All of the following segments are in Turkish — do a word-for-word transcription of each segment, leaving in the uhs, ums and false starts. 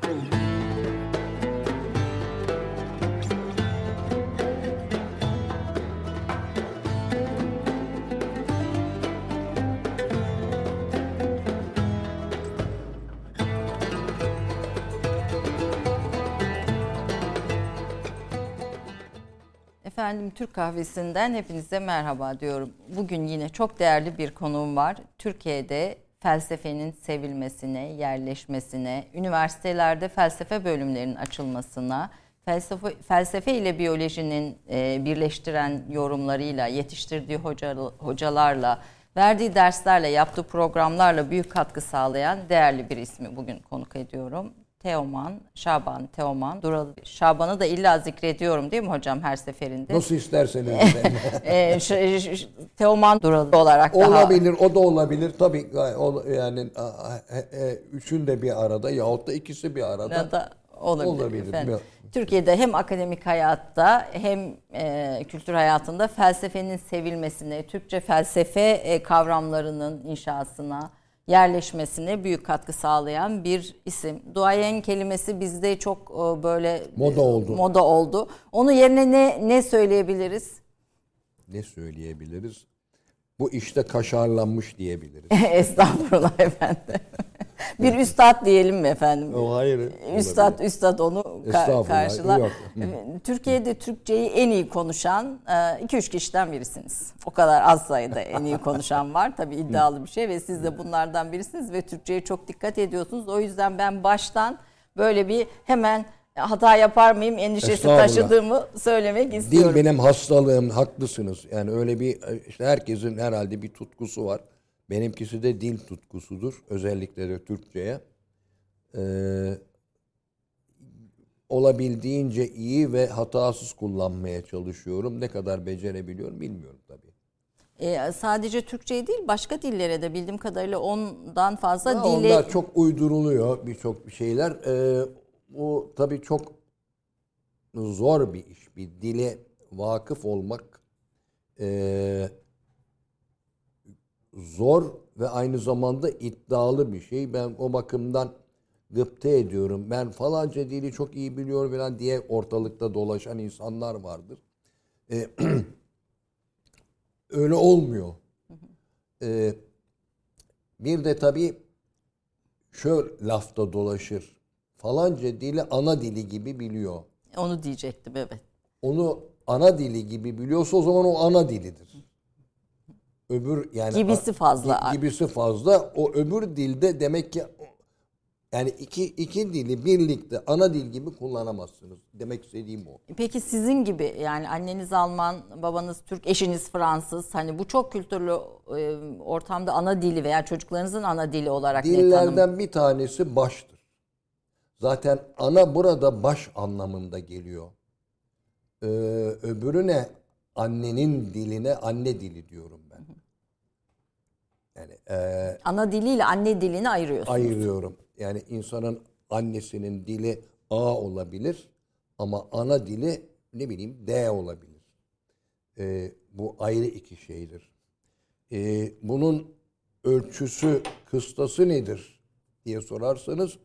Efendim, Türk Kahvesi'nden hepinize merhaba diyorum. Bugün yine çok değerli bir konuğum var. Türkiye'de felsefenin sevilmesine, yerleşmesine, üniversitelerde felsefe bölümlerinin açılmasına, felsefe, felsefe ile biyolojinin e, birleştiren yorumlarıyla, yetiştirdiği hoca, hocalarla, verdiği derslerle, yaptığı programlarla büyük katkı sağlayan değerli bir ismi bugün konuk ediyorum. Teoman, Şaban Teoman Duralı. Şaban'ı da illa zikrediyorum değil mi hocam her seferinde? Nasıl isterseniz. e, Teoman Duralı olarak olabilir, daha... o da olabilir. Tabii yani üçün de bir arada yahut da ikisi bir arada. Ya da olabilir. olabilir. Efendim. Türkiye'de hem akademik hayatta hem e, kültür hayatında felsefenin sevilmesine, Türkçe felsefe e, kavramlarının inşasına, yerleşmesine büyük katkı sağlayan bir isim. Duayen kelimesi bizde çok e, böyle moda oldu. Moda oldu. Onun yerine ne ne söyleyebiliriz? Ne söyleyebiliriz? Bu işte kaşarlanmış diyebiliriz. Estağfurullah efendim. Bir üstad diyelim mi efendim? O hayır. Üstad olabilir. Üstad onu ka- karşılar. Yok. Türkiye'de Türkçeyi en iyi konuşan iki üç kişiden birisiniz. O kadar az sayıda en iyi konuşan var. Tabii iddialı bir şey ve siz de bunlardan birisiniz ve Türkçe'ye çok dikkat ediyorsunuz. O yüzden ben baştan böyle bir hemen hata yapar mıyım endişesi taşıdığımı söylemek istiyorum. Dil benim hastalığım, haklısınız. Yani öyle bir işte herkesin herhalde bir tutkusu var. Benimkisi de dil tutkusudur. Özellikle de Türkçe'ye. Ee, olabildiğince iyi ve hatasız kullanmaya çalışıyorum. Ne kadar becerebiliyorum bilmiyorum tabii. Ee, sadece Türkçe'ye değil başka dillere de bildiğim kadarıyla ondan fazla ya dili... Onlar çok uyduruluyor birçok şeyler. Ee, bu tabii çok zor bir iş. Bir dile vakıf olmak e, zor ve aynı zamanda iddialı bir şey. Ben o bakımdan gıpta ediyorum. Ben falanca dili çok iyi biliyorum falan diye ortalıkta dolaşan insanlar vardır. Ee, öyle olmuyor. Ee, bir de tabii şöyle lafta dolaşır. Falanca dili ana dili gibi biliyor. Onu diyecektim, evet. Onu ana dili gibi biliyorsa o zaman o ana dilidir. Öbür yani gibisi fazla. Gibisi fazla. O öbür dilde demek ki yani iki iki dili birlikte ana dil gibi kullanamazsınız. Demek istediğim o. Peki sizin gibi yani anneniz Alman, babanız Türk, eşiniz Fransız. Hani bu çok kültürlü e, ortamda ana dili veya çocuklarınızın ana dili olarak ne tanım? Dillerden bir tanesi baştır. Zaten ana burada baş anlamında geliyor. Ee, öbürüne annenin diline anne dili diyorum ben. Yani e, ana diliyle anne dilini ayırıyorsunuz. Ayırıyorum. Yani insanın annesinin dili A olabilir ama ana dili ne bileyim D olabilir. Ee, bu ayrı iki şeydir. Ee, bunun ölçüsü, kıstası nedir diye sorarsanız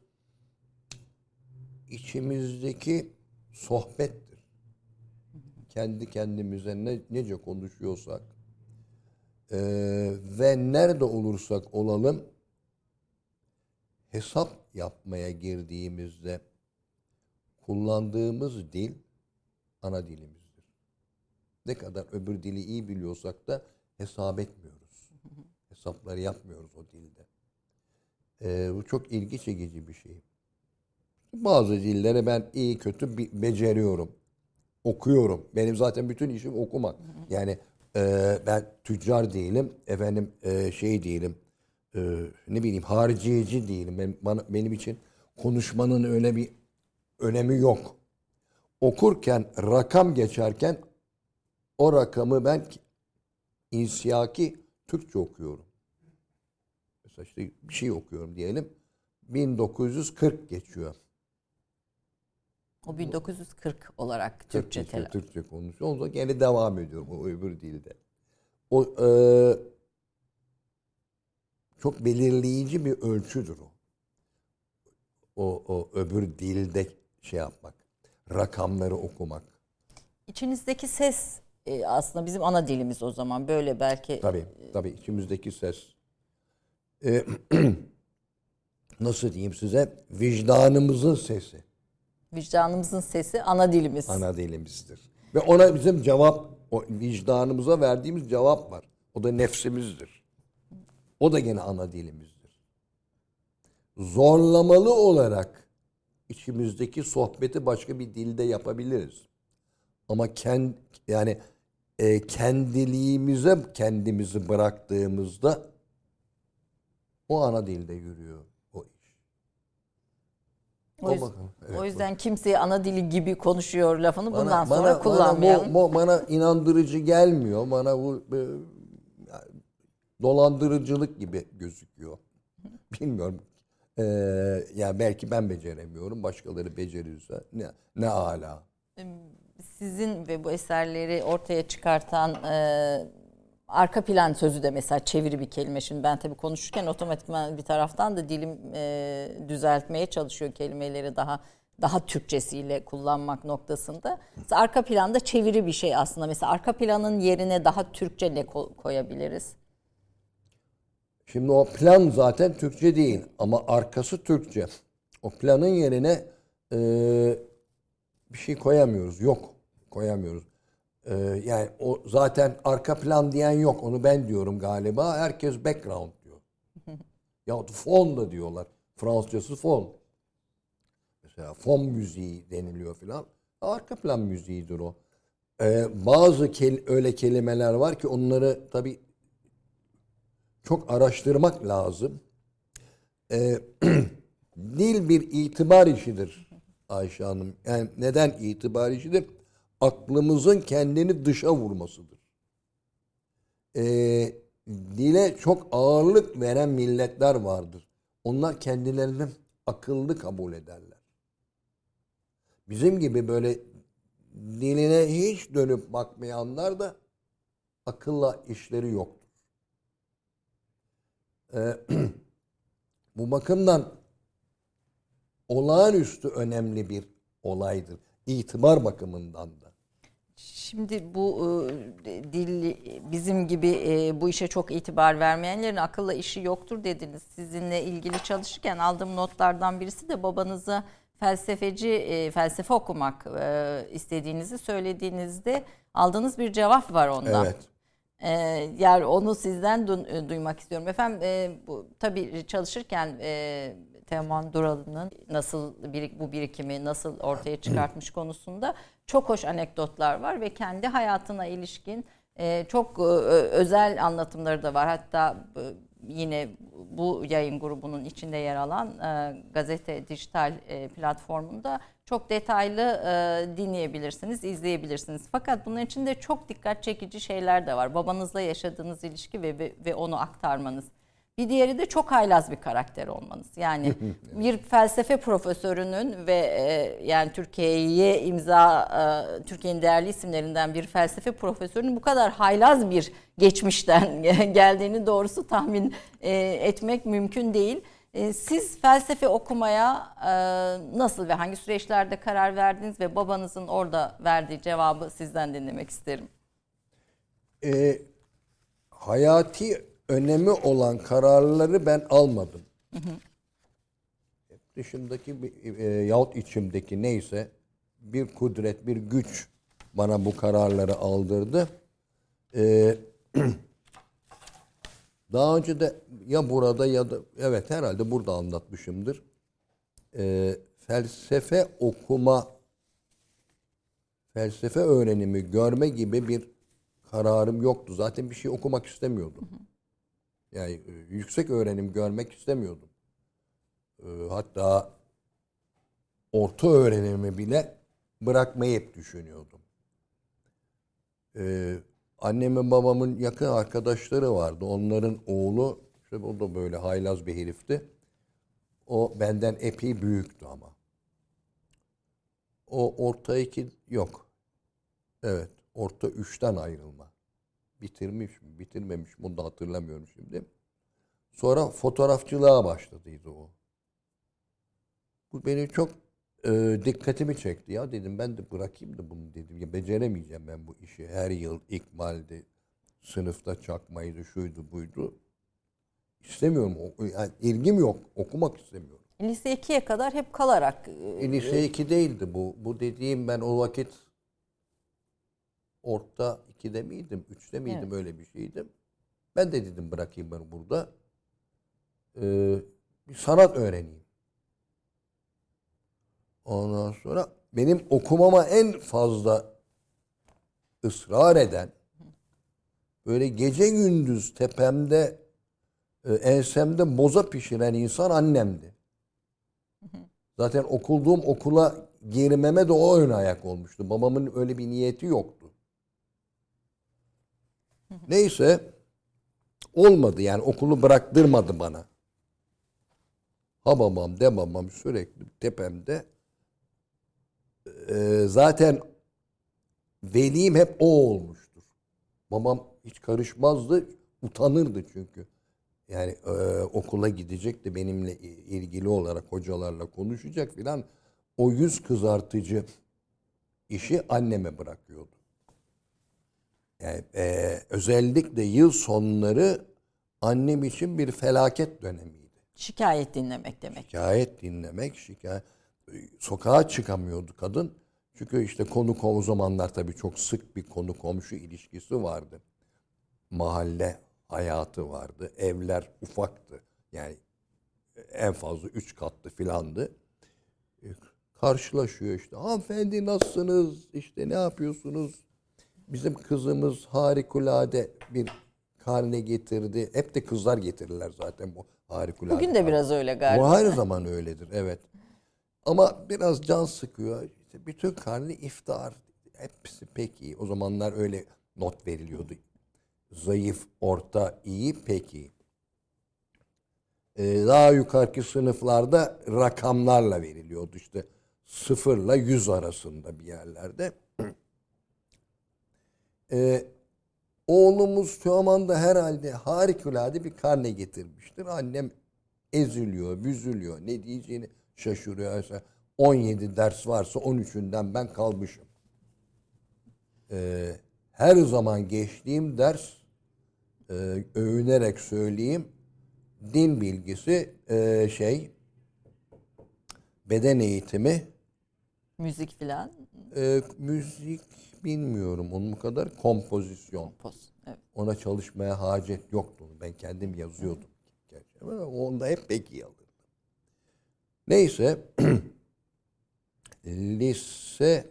içimizdeki sohbettir. Kendi kendimize ne, nece konuşuyorsak e, ve nerede olursak olalım hesap yapmaya girdiğimizde kullandığımız dil ana dilimizdir. Ne kadar öbür dili iyi biliyorsak da hesap etmiyoruz. Hesapları yapmıyoruz o dilde. Ee, bu çok ilgi çekici bir şey. Bazı dilleri ben iyi kötü be- beceriyorum. Okuyorum. Benim zaten bütün işim okumak. Yani e, ben tüccar değilim. Efendim e, şey değilim. Ee, ne bileyim harcayıcı değilim. Ben, bana, benim için konuşmanın öyle bir önemi yok. Okurken, rakam geçerken o rakamı ben insiyaki Türkçe okuyorum. Mesela işte bir şey okuyorum diyelim. bin dokuz yüz kırk geçiyor. O bin dokuz yüz kırk olarak Türkçe Türkçe, telaffuz. Türkçe konuşuyor. O zaman gene devam ediyorum o öbür dilde. O e, çok belirleyici bir ölçüdür o. o, o öbür dilde şey yapmak, rakamları okumak. İçinizdeki ses e, aslında bizim ana dilimiz o zaman. Böyle belki. Tabii, tabii içimizdeki ses. Ee, nasıl diyeyim size? Vicdanımızın sesi. Vicdanımızın sesi ana dilimiz. Ana dilimizdir. Ve ona bizim cevap, o vicdanımıza verdiğimiz cevap var. O da nefsimizdir. O da gene ana dilimizdir. Zorlamalı olarak içimizdeki sohbeti başka bir dilde yapabiliriz. Ama kend, yani e, kendiliğimize kendimizi bıraktığımızda o ana dilde yürüyor o iş. O, o, yüzden, evet, o yüzden kimseye ana dili gibi konuşuyor lafını bana, bundan sonra bana, kullanmayalım. Bana, bu, bu, bana inandırıcı gelmiyor. Bana bu e, dolandırıcılık gibi gözüküyor. Bilmiyorum. Ee, yani belki ben beceremiyorum. Başkaları becerirse ne, ne ala. Sizin ve bu eserleri ortaya çıkartan e, arka plan sözü de mesela çeviri bir kelime. Şimdi ben tabii konuşurken otomatikman bir taraftan da dilim e, düzeltmeye çalışıyor kelimeleri daha daha Türkçesiyle kullanmak noktasında. Mesela arka planda çeviri bir şey aslında. Mesela arka planın yerine daha Türkçe ne koyabiliriz? Şimdi o plan zaten Türkçe değil ama arkası Türkçe. O planın yerine e, bir şey koyamıyoruz. Yok. Koyamıyoruz. E, yani o zaten arka plan diyen yok. Onu ben diyorum galiba. Herkes background diyor. Yahut fon da diyorlar. Fransızcası fon. Mesela fon müziği deniliyor filan. Arka plan müziğidir o. E, bazı kel- öyle kelimeler var ki onları tabii çok araştırmak lazım. Ee, dil bir itibar işidir Ayşe Hanım. Yani neden itibar işidir? Aklımızın kendini dışa vurmasıdır. Ee, dile çok ağırlık veren milletler vardır. Onlar kendilerini akıllı kabul ederler. Bizim gibi böyle diline hiç dönüp bakmayanlar da akılla işleri yoktur. Ee, bu bakımdan olağanüstü önemli bir olaydır. İtibar bakımından da. Şimdi bu e, dil bizim gibi e, bu işe çok itibar vermeyenlerin akılla işi yoktur dediniz. Sizinle ilgili çalışırken aldığım notlardan birisi de babanıza felsefeci e, felsefe okumak e, istediğinizi söylediğinizde aldığınız bir cevap var ondan. Evet. Ee, yani onu sizden du- duymak istiyorum. Efendim e, bu tabii çalışırken e, Teoman Duralı'nın nasıl bir, bu birikimi nasıl ortaya çıkartmış konusunda çok hoş anekdotlar var ve kendi hayatına ilişkin e, çok e, özel anlatımları da var. Hatta e, yine bu yayın grubunun içinde yer alan e, gazete dijital e, platformunda çok detaylı e, dinleyebilirsiniz, izleyebilirsiniz. Fakat bunun içinde çok dikkat çekici şeyler de var. Babanızla yaşadığınız ilişki ve ve, ve onu aktarmanız. Bir diğeri de çok haylaz bir karakter olmanız. Yani bir felsefe profesörünün ve e, yani Türkiye'ye imza, e, Türkiye'nin değerli isimlerinden bir felsefe profesörünün bu kadar haylaz bir geçmişten geldiğini doğrusu tahmin e, etmek mümkün değil. E, siz felsefe okumaya e, nasıl ve hangi süreçlerde karar verdiniz ve babanızın orada verdiği cevabı sizden dinlemek isterim. E, hayati önemi olan kararları ben almadım. Hı hı. Dışımdaki e, yahut içimdeki neyse bir kudret, bir güç bana bu kararları aldırdı. E, daha önce de ya burada ya da evet herhalde burada anlatmışımdır. E, felsefe okuma, felsefe öğrenimi görme gibi bir kararım yoktu. Zaten bir şey okumak istemiyordum. Hı hı. Yani e, yüksek öğrenim görmek istemiyordum. E, hatta orta öğrenimi bile bırakmayı hep düşünüyordum. E, annemin babamın yakın arkadaşları vardı. Onların oğlu, işte o da böyle haylaz bir herifti. O benden epey büyüktü ama. O orta iki yok. Evet, orta üçten ayrılma. Bitirmiş mi, bitirmemiş mi onu da hatırlamıyorum şimdi. Sonra fotoğrafçılığa başladıydı o. Bu beni çok e, dikkatimi çekti. Ya dedim ben de bırakayım da bunu dedim. Ya beceremeyeceğim ben bu işi. Her yıl ikmalde, sınıfta çakmaydı, şuydu, buydu. İstemiyorum. O- Yani ilgim yok. Okumak istemiyorum. Lise ikiye kadar hep kalarak. E, lise iki değildi bu. Bu dediğim ben o vakit orta ikide miydim, üçte miydim Evet. öyle bir şeydim. Ben de dedim bırakayım ben burada. Ee, bir sanat öğreneyim. Ondan sonra benim okumama en fazla ısrar eden, böyle gece gündüz tepemde, e, ensemde boza pişiren insan annemdi. Zaten okuduğum okula girmeme de o ön ayak olmuştu. Babamın öyle bir niyeti yoktu. Neyse olmadı yani okulu bıraktırmadı bana. Ha babam de babam sürekli tepemde. Ee, zaten velim hep o olmuştur. Babam hiç karışmazdı, utanırdı çünkü. Yani e, okula gidecek de benimle ilgili olarak hocalarla konuşacak filan. O yüz kızartıcı işi anneme bırakıyordu. Yani e, özellikle yıl sonları annem için bir felaket dönemiydi. Şikayet dinlemek demek. Şikayet dinlemek, şikayet. Sokağa çıkamıyordu kadın. Çünkü işte konu komşu o zamanlar tabii çok sık bir konu komşu ilişkisi vardı. Mahalle hayatı vardı. Evler ufaktı. Yani en fazla üç katlı filandı. Karşılaşıyor işte. Hanımefendi nasılsınız? İşte ne yapıyorsunuz? Bizim kızımız harikulade bir karne getirdi. Hep de kızlar getirirler zaten bu harikulade. Bugün de biraz öyle galiba. Bu her zaman öyledir, evet. Ama biraz can sıkıyor. İşte bütün karne iftar. Hepsi pek iyi. O zamanlar öyle not veriliyordu. Zayıf, orta, iyi, pek iyi. Ee, daha yukarıki sınıflarda rakamlarla veriliyordu. İşte sıfırla yüz arasında bir yerlerde. Ee, oğlumuz şu anda herhalde harikulade bir karne getirmiştir. Annem eziliyor, büzülüyor. Ne diyeceğini şaşırıyor. Mesela on yedi ders varsa on üçünden ben kalmışım. Ee, her zaman geçtiğim ders, e, övünerek söyleyeyim, din bilgisi, e, şey, beden eğitimi, Müzik filan. e, müzik bilmiyorum onun kadar, kompozisyon. Kompoz. Evet. Ona çalışmaya hacet yoktu. Ben kendim yazıyordum. Gerçi. Ama onda hep pek iyi alırdım. Neyse lise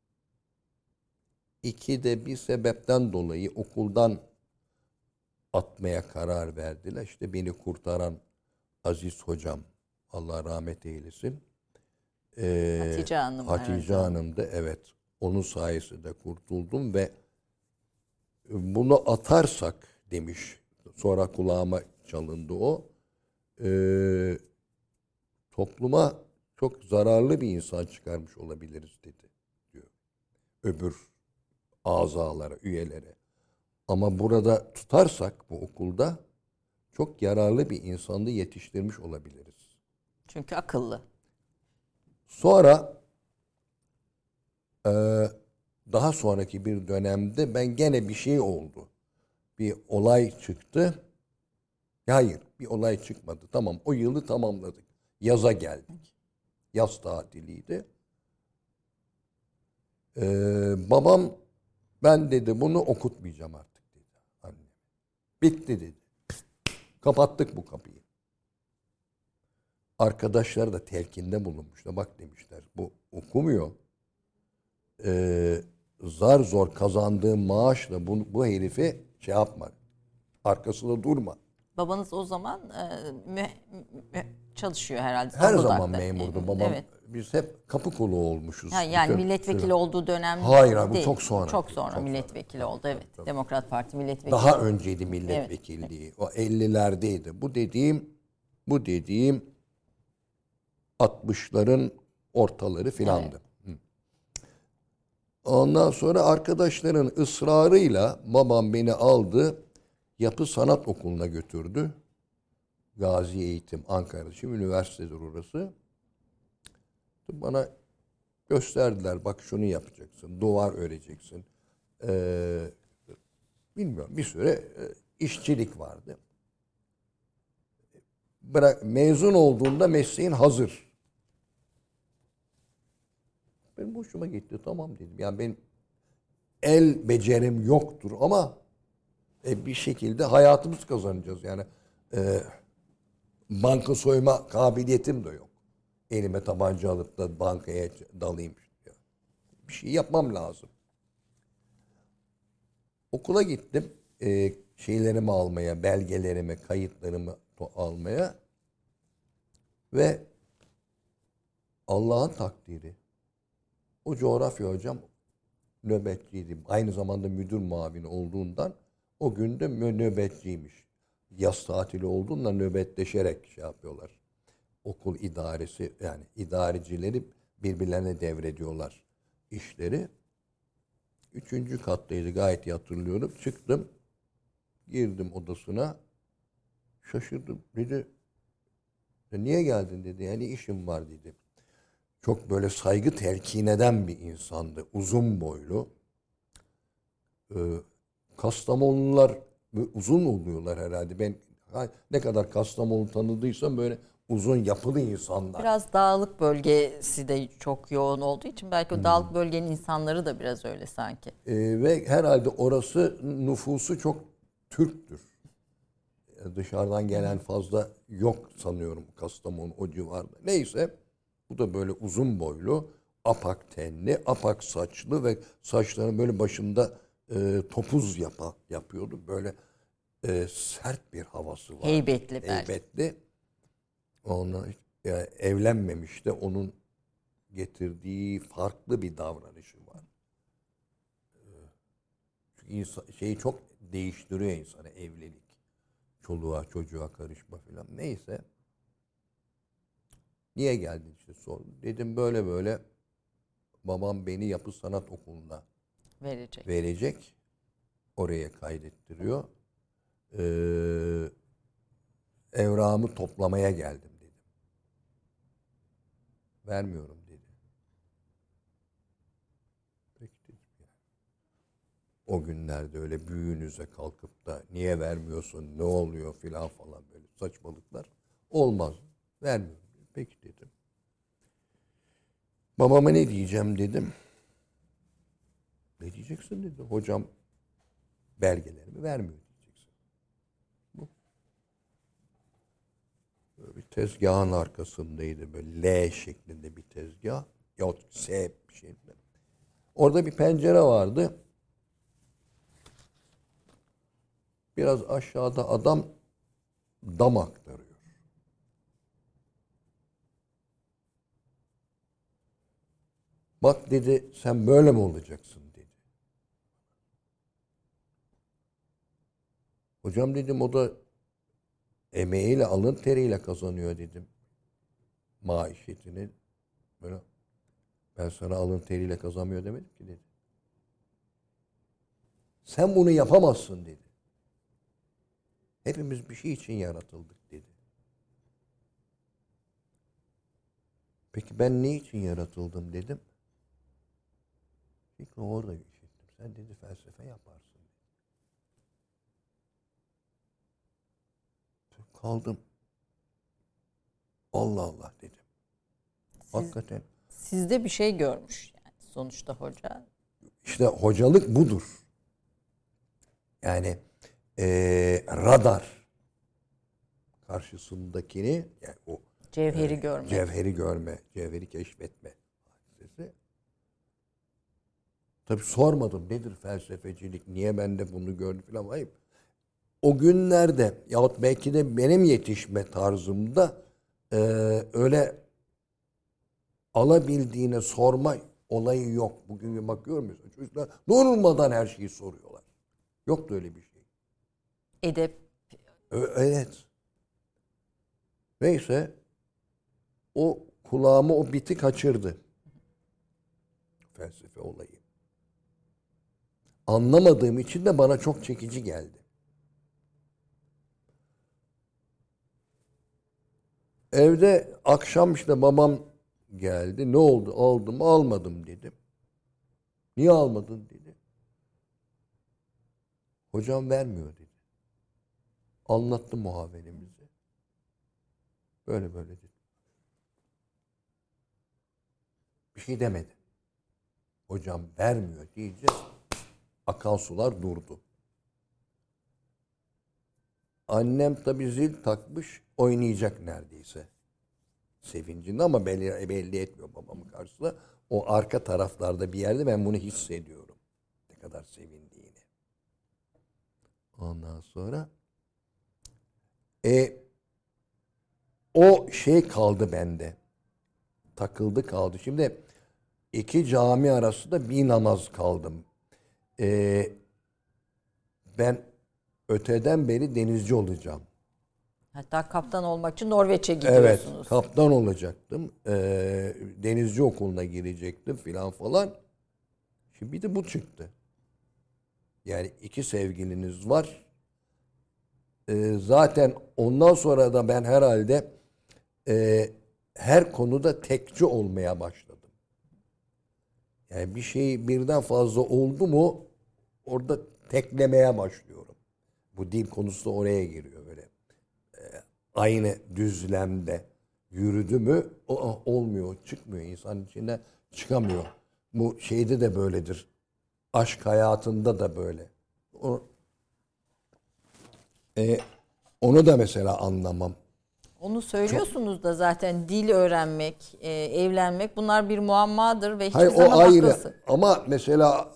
ikide bir sebepten dolayı okuldan atmaya karar verdiler. İşte beni kurtaran Aziz hocam, Allah rahmet eylesin. Ee, Hatice Hanım. Hatice evet. Hanım da evet. Onun sayesinde kurtuldum ve bunu atarsak demiş. Sonra kulağıma çalındı o. Ee, topluma çok zararlı bir insan çıkarmış olabiliriz dedi diyor. Öbür azalara, üyelere. Ama burada tutarsak bu okulda çok yararlı bir insanı yetiştirmiş olabiliriz. Çünkü akıllı. Sonra e, daha sonraki bir dönemde ben gene bir şey oldu. Bir olay çıktı. Hayır, bir olay çıkmadı. Tamam, o yılı tamamladık. Yaza geldik. Yaz tatiliydi. Ee, babam ben dedi bunu okutmayacağım artık dedi. Annem. Bitti dedi. Kapattık bu kapıyı. Arkadaşlar da telkinde bulunmuşlar. Bak demişler bu okumuyor. Ee, zar zor kazandığı maaşla bu, bu herifi şey yapma. Arkasında durma. Babanız o zaman e, mü, mü, çalışıyor herhalde. Her Zonguldak'ta. zaman memurdu babam. Evet. Biz hep kapı kolu olmuşuz. Ha, yani Bütün milletvekili süre. olduğu dönem Hayır abi, bu değil. çok sonra. Çok sonra Çok milletvekili sonra. oldu. Tabii, Evet. tabii. Demokrat Parti milletvekili. Daha oldu. önceydi milletvekilliği. O ellilerdeydi. Bu dediğim bu dediğim altmışların ortaları filandı. Evet. Ondan sonra arkadaşların ısrarıyla babam beni aldı. Yapı Sanat Okulu'na götürdü. Gazi Eğitim Ankara'da. Şimdi üniversitedir orası. Bana gösterdiler, bak şunu yapacaksın, duvar öreceksin. Ee, bilmiyorum, bir süre e, işçilik vardı. Bırak, mezun olduğunda mesleğin hazır. Benim hoşuma gitti, tamam dedim. Yani benim el becerim yoktur ama e, bir şekilde hayatımızı kazanacağız. Yani e, banka soyma kabiliyetim de yok. Elime tabanca alıp da bankaya dalayım. Bir şey yapmam lazım. Okula gittim. E, şeylerimi almaya, belgelerimi, kayıtlarımı almaya ve Allah'ın takdiri. O coğrafya hocam nöbetçiydi. Aynı zamanda müdür muavini olduğundan o günde nöbetçiymiş. Yaz tatili olduğunda nöbetleşerek şey yapıyorlar. Okul idaresi, yani idarecileri birbirlerine devrediyorlar işleri. Üçüncü kattaydı, gayet iyi hatırlıyorum. Çıktım, girdim odasına. Şaşırdım. Dedi, niye geldin dedi. Yani işim var dedi. Çok böyle saygı telkin eden bir insandı. Uzun boylu. Ee, Kastamonular uzun oluyorlar herhalde. Ben ne kadar Kastamonu tanıdıysam böyle uzun yapılı insanlar. Biraz dağlık bölgesi de çok yoğun olduğu için belki o hmm. dağlık bölgenin insanları da biraz öyle sanki. Ee, ve herhalde orası nüfusu çok Türktür. Dışarıdan gelen fazla yok sanıyorum Kastamonu o civarda. Neyse, bu da böyle uzun boylu, apak tenli, apak saçlı ve saçlarının böyle başında e, topuz yapa, yapıyordu. Böyle e, sert bir havası var. Heybetli belki. Heybetli. Onunla yani evlenmemiş de onun getirdiği farklı bir davranışı var. Çünkü insan, şeyi çok değiştiriyor insanı, evlilik. Çoluğa çocuğa karışma falan. Neyse. Niye geldin işte sordum. Dedim böyle böyle babam beni Yapı Sanat Okulu'na verecek. verecek. Oraya kaydettiriyor. Ee, evrağımı toplamaya geldim dedim. Vermiyorum dedi. Peki dedim ya. O günlerde öyle büyüğünüze kalkıp da niye vermiyorsun, ne oluyor filan falan böyle saçmalıklar olmaz. Vermiyorum. Peki dedim. Babama ne diyeceğim dedim. Ne diyeceksin dedi. Hocam belgelerimi vermiyor diyeceksin. Bu. Böyle bir tezgahın arkasındaydı. Böyle L şeklinde bir tezgah. Yahut S bir şey. Orada bir pencere vardı. Biraz aşağıda adam dam aktarıyor. Bak dedi, sen böyle mi olacaksın dedi. Hocam dedim, o da emeğiyle, alın teriyle kazanıyor dedim. Maişetini. Böyle, ben sana alın teriyle kazanmıyor demedim ki dedi. Sen bunu yapamazsın dedi. Hepimiz bir şey için yaratıldık dedi. Peki ben ne için yaratıldım dedim. Fikri orada işittim. Sen dedi felsefe yaparsın. Kaldım. Allah Allah dedim. Siz, hakikaten. Sizde bir şey görmüş yani sonuçta hoca. İşte hocalık budur. Yani ee, radar karşısındakini, yani o cevheri e, görme. Cevheri görme, cevheri keşfetme hadisesi. Tabii sormadım nedir felsefecilik, niye ben de bunu gördüm falan. Hayır. O günlerde yahut belki de benim yetişme tarzımda e, öyle alabildiğine sorma olayı yok. Bugün bakıyorum mesela çocuklar durmadan her şeyi soruyorlar. Yoktu öyle bir şey. Edep. Evet. Neyse o kulağımı o biti kaçırdı. Felsefe olayı. Anlamadığım için de bana çok çekici geldi. Evde akşam işte babam geldi. Ne oldu? Aldım, almadım dedim. Niye almadın dedi. Hocam vermiyor dedi. Anlattım muhaberimizi. Böyle böyle dedi. Bir şey demedi. Hocam vermiyor deyince akan sular durdu. Annem tabii zil takmış, oynayacak neredeyse. Sevincinde ama belli, belli etmiyor babamın karşısında. O arka taraflarda bir yerde ben bunu hissediyorum. Ne kadar sevindiğini. Ondan sonra e, o şey kaldı bende. Takıldı kaldı. Şimdi iki cami arasında bir namaz kaldım. E, ben öteden beri denizci olacağım. Hatta kaptan olmak için Norveç'e gidiyorsunuz. Evet, kaptan olacaktım. Ee, denizci okuluna girecektim filan falan. Şimdi bir de bu çıktı. Yani iki sevgiliniz var. Ee, zaten ondan sonra da ben herhalde e, her konuda tekçi olmaya başladım. Yani bir şey birden fazla oldu mu orada teklemeye başlıyorum. Bu dil konusu da oraya giriyor böyle. Ee, aynı düzlemde yürüdü mü o, olmuyor, çıkmıyor. İnsanın içine çıkamıyor. Bu şeyde de böyledir. Aşk hayatında da böyle. O, e, onu da mesela anlamam. Onu söylüyorsunuz Çok... da zaten dil öğrenmek, e, evlenmek bunlar bir muammadır ve hiçbir Hayır, zaman o ayrı. haklısın. Ama mesela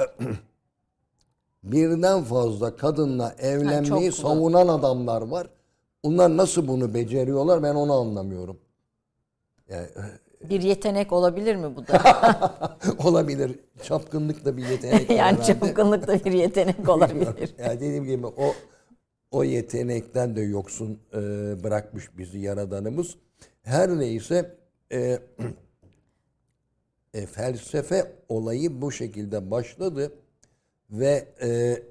birden fazla kadınla evlenmeyi ha, savunan adamlar var. Onlar nasıl bunu beceriyorlar ben onu anlamıyorum. Yani, bir yetenek olabilir mi bu da? Olabilir. Çapkınlık da bir yetenek. Yani çapkınlık da bir yetenek olabilir. Yani dediğim gibi o o yetenekten de yoksun e, bırakmış bizi Yaradanımız. Her neyse e, e, felsefe olayı bu şekilde başladı ve e,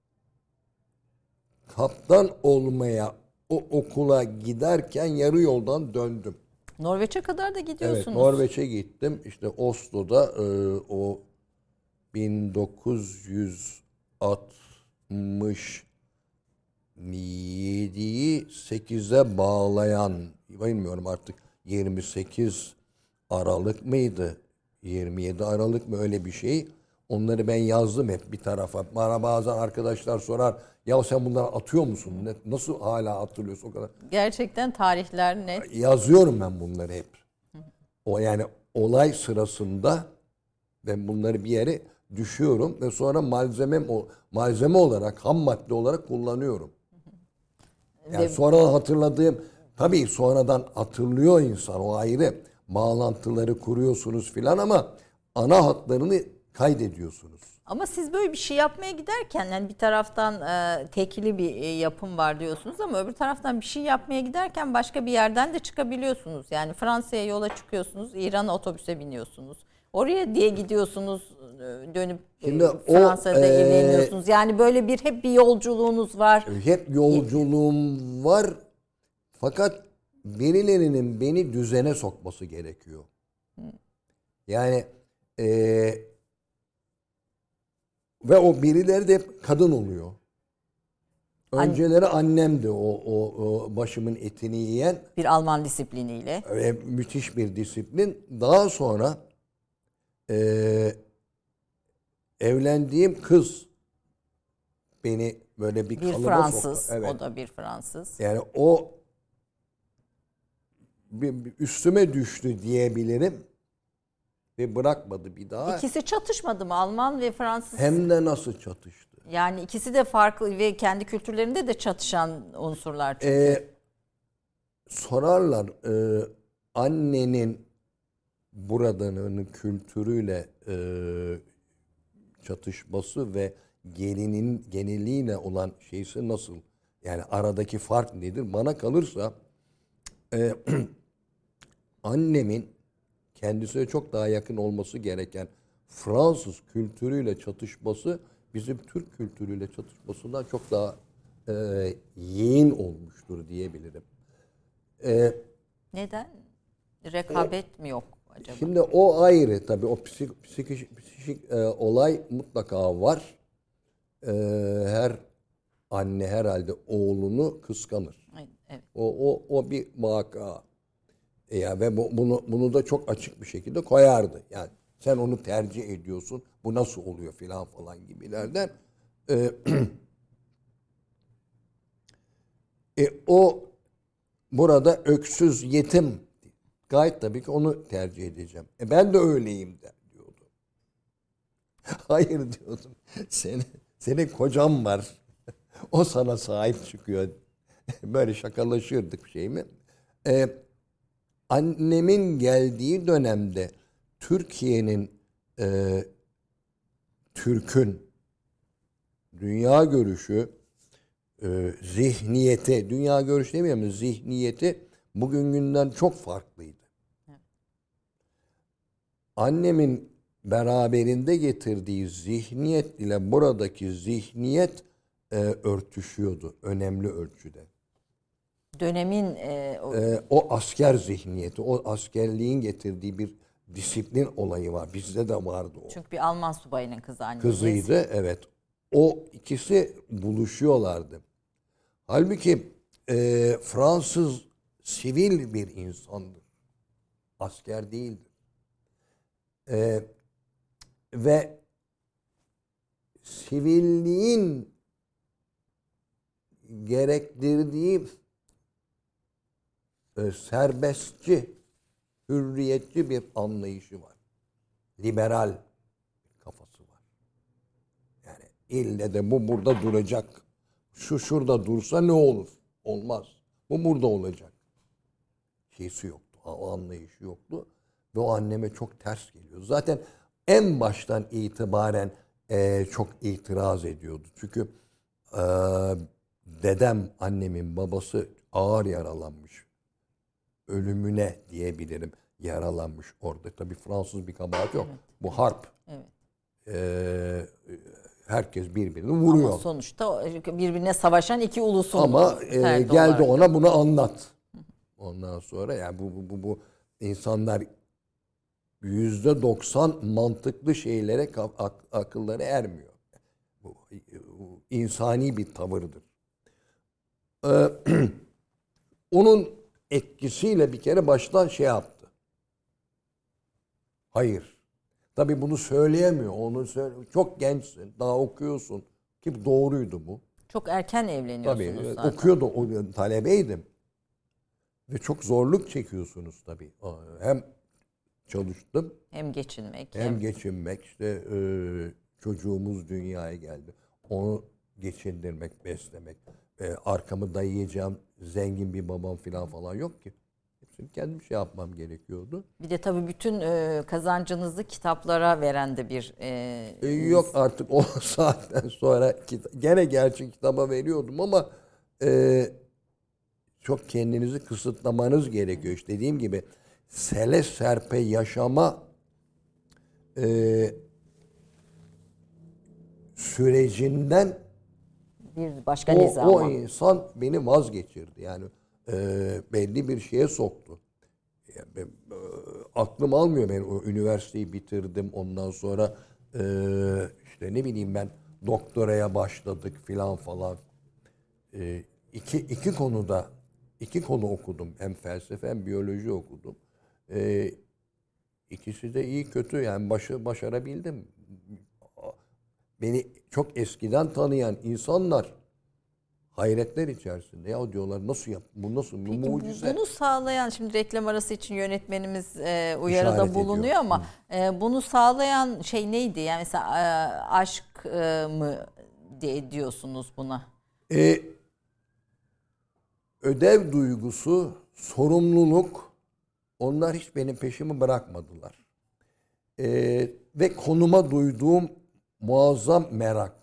kaptan olmaya o okula giderken yarı yoldan döndüm. Norveç'e kadar da gidiyorsunuz. Evet, Norveç'e gittim. İşte Oslo'da e, o bin dokuz yüz altmış yediyi sekize bağlayan, bilmiyorum artık yirmi sekiz Aralık mıydı? yirmi yedi Aralık mı öyle bir şey. Onları ben yazdım hep bir tarafa. Bana bazen arkadaşlar sorar. Ya sen bunları atıyor musun? Nasıl hala hatırlıyorsun o kadar? Gerçekten tarihler net. Yazıyorum ben bunları hep. O yani olay sırasında ben bunları bir yere düşüyorum ve sonra malzemem o malzeme olarak, ham madde olarak kullanıyorum. Yani ve sonradan hatırladığım, tabii sonradan hatırlıyor insan, o ayrı. Bağlantıları kuruyorsunuz filan ama ana hatlarını kaydediyorsunuz. Ama siz böyle bir şey yapmaya giderken yani bir taraftan e, tekli bir e, yapım var diyorsunuz ama öbür taraftan bir şey yapmaya giderken başka bir yerden de çıkabiliyorsunuz. Yani Fransa'ya yola çıkıyorsunuz, İran'a otobüse biniyorsunuz. Oraya diye gidiyorsunuz, dönüp Şimdi e, Fransa'da o, evleniyorsunuz. E, yani böyle bir hep bir yolculuğunuz var. Hep yolculuğum var. Fakat birilerinin beni düzene sokması gerekiyor. Yani eee ve o birileri de hep kadın oluyor. Önceleri annemdi o, o, o başımın etini yiyen. Bir Alman disipliniyle. Ve müthiş bir disiplin. Daha sonra e, evlendiğim kız beni böyle bir, bir kalıba Fransız, soktu. Evet. O da bir Fransız. Yani o bir, bir üstüme düştü diyebilirim. Ve bırakmadı bir daha. İkisi çatışmadı mı Alman ve Fransız? Hem de nasıl çatıştı. Yani ikisi de farklı ve kendi kültürlerinde de çatışan unsurlar çünkü. Ee, sorarlar e, annenin buradanın kültürüyle e, çatışması ve gelinin geneliyle olan şeysi nasıl? Yani aradaki fark nedir? Bana kalırsa e, annemin kendisine çok daha yakın olması gereken Fransız kültürüyle çatışması bizim Türk kültürüyle çatışmasından çok daha e, yeğin olmuştur diyebilirim. E, Neden? Rekabet e, mi yok? acaba? Şimdi o ayrı tabii, o psik, psikik, psikik e, olay mutlaka var. E, her anne herhalde oğlunu kıskanır. Evet. O o o bir vaka. E ya ve bu, bunu bunu da çok açık bir şekilde koyardı. Yani sen onu tercih ediyorsun. Bu nasıl oluyor filan falan gibilerden. E, e, o burada öksüz yetim, gayet tabii ki onu tercih edeceğim. E ben de öyleyim de diyordu. Hayır diyordum. Senin, senin kocan var. O sana sahip çıkıyor. Böyle şakalaşırdık şey mi? Ee, annemin geldiği dönemde Türkiye'nin e, Türk'ün dünya görüşü, e, zihniyeti, dünya görüşü demiyorum ama zihniyeti bugünkünden çok farklıydı. Evet. Annemin beraberinde getirdiği zihniyet ile buradaki zihniyet e, örtüşüyordu önemli ölçüde. Dönemin e, o... E, o asker zihniyeti, o askerliğin getirdiği bir disiplin olayı var. Bizde de vardı o. Çünkü bir Alman subayının kızı anneniz. Kızıydı, evet. O ikisi buluşuyorlardı. Halbuki e, Fransız sivil bir insandır. Asker değildir. E, ve sivilliğin gerektirdiği e, serbestçi, hürriyetçi bir anlayışı var. Liberal kafası var. Yani ille de bu burada duracak. Şu şurada dursa ne olur? Olmaz. Bu burada olacak. Şeysi yoktu. O anlayışı yoktu. Ve o anneme çok ters geliyor. Zaten en baştan itibaren e, çok itiraz ediyordu. Çünkü e, dedem, annemin babası ağır yaralanmış. Ölümüne diyebilirim yaralanmış orada. Tabii Fransız bir kabahat yok. Evet. Bu harp. Evet. E, herkes birbirini vuruyor. Ama sonuçta birbirine savaşan iki ulusun. Ama e, geldi ona bunu anlat. Ondan sonra yani bu bu bu, bu insanlar yüzde doksan mantıklı şeylere ak, akılları ermiyor. Bu, bu insani bir tavırdır. Ee, onun etkisiyle bir kere baştan şey yaptı. Hayır. Tabii bunu söyleyemiyor. Onu söyle, çok gençsin, daha okuyorsun. Ki doğruydu bu. Çok erken evleniyorsunuz tabii, zaten. Okuyordu, o, talebeydim. Ve çok zorluk çekiyorsunuz tabii. Hem çalıştım. Hem geçinmek. Hem, hem geçinmek. İşte e, çocuğumuz dünyaya geldi. Onu geçindirmek, beslemek. E, arkamı dayayacağım zengin bir babam falan falan yok ki. Hepsini kendim şey yapmam gerekiyordu. Bir de tabii bütün e, kazancınızı kitaplara veren de bir... E, e, yok artık o saatten sonra kita- gene gerçi kitaba veriyordum ama e, çok kendinizi kısıtlamanız gerekiyor. İşte dediğim gibi sele serpe yaşama e, sürecinden bir başka o, nizama. o insan beni vazgeçirdi. Yani e, belli bir şeye soktu. Yani ben, e, aklım almıyor, ben o üniversiteyi bitirdim. Ondan sonra e, işte ne bileyim ben doktoraya başladık filan falan. E, iki, iki konuda iki konu okudum. Hem felsefe hem biyoloji okudum. E, ikisi de iyi kötü yani başı, başarabildim. Beni çok eskiden tanıyan insanlar hayretler içerisinde. Ya diyorlar nasıl yap? Bu nasıl? Bu Peki mucize. bunu sağlayan, şimdi reklam arası için yönetmenimiz e, uyarıda İşaret bulunuyor ediyor. ama e, bunu sağlayan şey neydi? Yani mesela e, aşk e, mı diye diyorsunuz buna? E, ödev duygusu, sorumluluk, onlar hiç benim peşimi bırakmadılar. E, ve konuma duyduğum muazzam merak.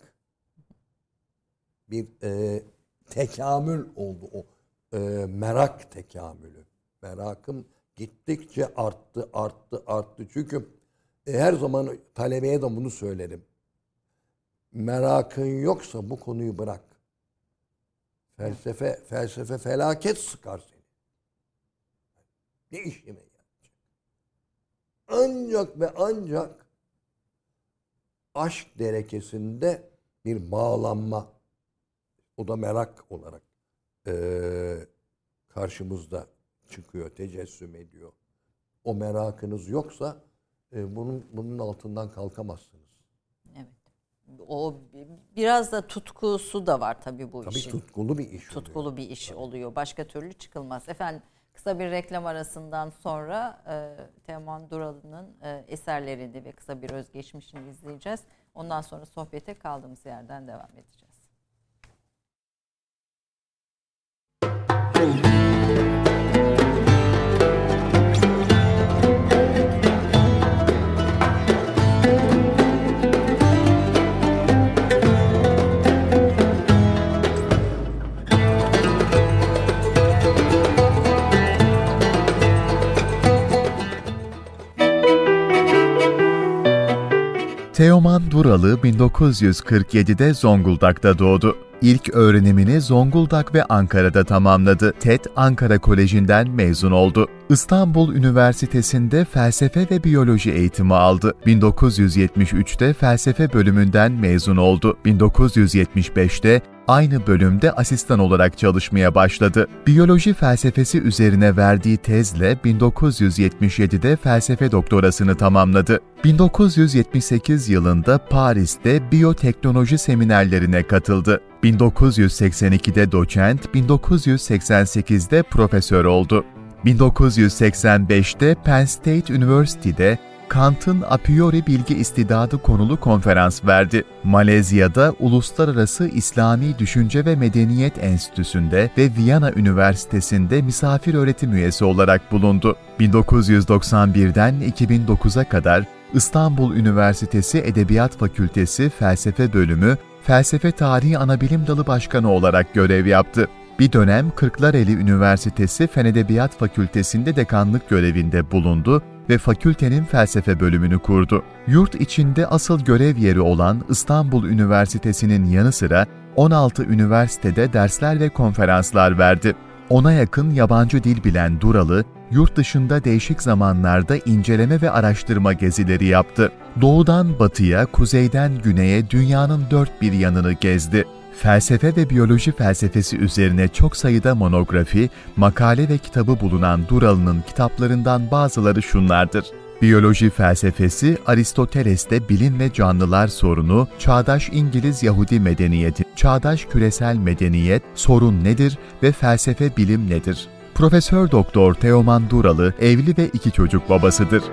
Bir e, tekamül oldu o. E, merak tekamülü. Merakım gittikçe arttı, arttı, arttı. Çünkü e, her zaman talebeye de bunu söylerim. Merakın yoksa bu konuyu bırak. Felsefe, felsefe felaket sıkar seni. Ne işime yarayacak? ancak ve ancak aşk derekesinde bir bağlanma, o da merak olarak e, karşımızda çıkıyor, tecessüm ediyor. O merakınız yoksa e, bunun bunun altından kalkamazsınız. Evet. O biraz da tutkusu da var tabii bu tabii işin. Tabii tutkulu bir iş Tutkulu oluyor. bir iş tabii. oluyor. Başka türlü çıkılmaz. Efendim kısa bir reklam arasından sonra e, Teoman Duralı'nın e, eserlerini ve kısa bir özgeçmişini izleyeceğiz. Ondan sonra sohbete kaldığımız yerden devam edeceğiz. Teoman Duralı bin dokuz yüz kırk yedide Zonguldak'ta doğdu. İlk öğrenimini Zonguldak ve Ankara'da tamamladı. T E D Ankara Koleji'nden mezun oldu. İstanbul Üniversitesi'nde felsefe ve biyoloji eğitimi aldı. bin dokuz yüz yetmiş üçte felsefe bölümünden mezun oldu. bin dokuz yüz yetmiş beşte aynı bölümde asistan olarak çalışmaya başladı. Biyoloji felsefesi üzerine verdiği tezle bin dokuz yüz yetmiş yedide felsefe doktorasını tamamladı. bin dokuz yüz yetmiş sekiz yılında Paris'te biyoteknoloji seminerlerine katıldı. bin dokuz yüz seksen ikide doçent, bin dokuz yüz seksen sekizde profesör oldu. bin dokuz yüz seksen beşte Penn State University'de Kant'ın a priori bilgi istidadı konulu konferans verdi. Malezya'da Uluslararası İslami Düşünce ve Medeniyet Enstitüsü'nde ve Viyana Üniversitesi'nde misafir öğretim üyesi olarak bulundu. bin dokuz yüz doksan birden iki bin dokuza kadar İstanbul Üniversitesi Edebiyat Fakültesi Felsefe Bölümü, Felsefe Tarihi Anabilim Dalı Başkanı olarak görev yaptı. Bir dönem Kırklareli Üniversitesi Fen Edebiyat Fakültesi'nde dekanlık görevinde bulundu ve fakültenin felsefe bölümünü kurdu. Yurt içinde asıl görev yeri olan İstanbul Üniversitesi'nin yanı sıra on altı üniversitede dersler ve konferanslar verdi. Ona yakın yabancı dil bilen Duralı, yurt dışında değişik zamanlarda inceleme ve araştırma gezileri yaptı. Doğudan batıya, kuzeyden güneye dünyanın dört bir yanını gezdi. Felsefe ve biyoloji felsefesi üzerine çok sayıda monografi, makale ve kitabı bulunan Duralı'nın kitaplarından bazıları şunlardır. Biyoloji felsefesi, Aristoteles'te bilim ve canlılar sorunu, çağdaş İngiliz-Yahudi medeniyeti, çağdaş küresel medeniyet, sorun nedir ve felsefe bilim nedir? Profesör Doktor Teoman Duralı evli ve iki çocuk babasıdır.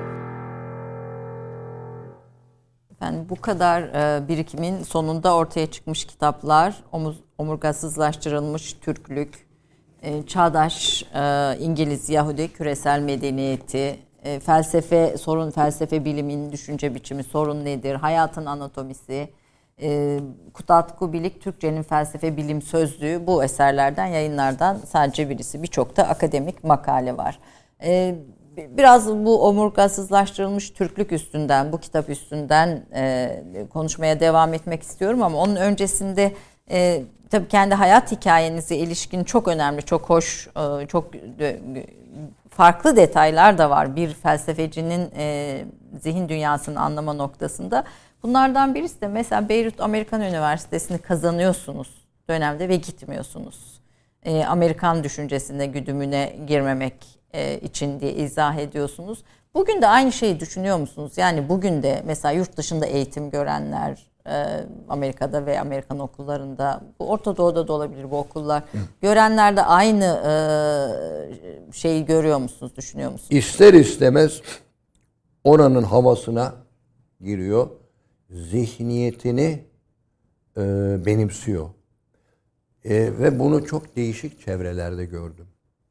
Yani bu kadar e, birikimin sonunda ortaya çıkmış kitaplar, omuz, omurgasızlaştırılmış Türklük, e, çağdaş e, İngiliz, Yahudi, küresel medeniyeti, e, felsefe, sorun felsefe bilimin düşünce biçimi, sorun nedir, hayatın anatomisi, e, Kutat Kubilik, Türkçenin felsefe bilim sözlüğü, bu eserlerden, yayınlardan sadece birisi. Birçok da akademik makale var. E, Biraz bu omurgasızlaştırılmış Türklük üstünden, bu kitap üstünden e, konuşmaya devam etmek istiyorum ama onun öncesinde e, tabii kendi hayat hikayenize ilişkin çok önemli, çok hoş, e, çok e, farklı detaylar da var bir felsefecinin e, zihin dünyasını anlama noktasında. Bunlardan birisi de mesela Beyrut Amerikan Üniversitesi'ni kazanıyorsunuz dönemde ve gitmiyorsunuz. E, Amerikan düşüncesine, güdümüne girmemek için diye izah ediyorsunuz. Bugün de aynı şeyi düşünüyor musunuz? Yani bugün de mesela yurt dışında eğitim görenler, Amerika'da ve Amerikan okullarında, bu Orta Doğu'da da olabilir bu okullar, Hı. görenler de aynı şeyi görüyor musunuz, düşünüyor musunuz? İster istemez oranın havasına giriyor, zihniyetini e, benimsiyor. E, ve bunu çok değişik çevrelerde gördüm.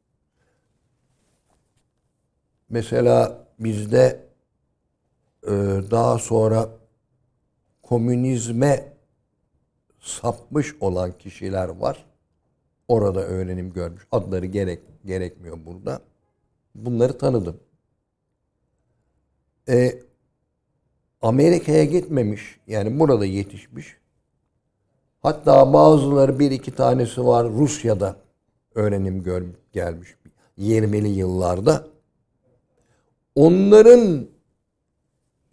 Mesela bizde e, daha sonra komünizme sapmış olan kişiler var. Orada öğrenim görmüş. Adları gerek gerekmiyor burada. Bunları tanıdım. E, Amerika'ya gitmemiş. Yani burada yetişmiş. Hatta bazıları, bir iki tanesi var, Rusya'da öğrenim görmüş, gelmiş yirmili yıllarda. Onların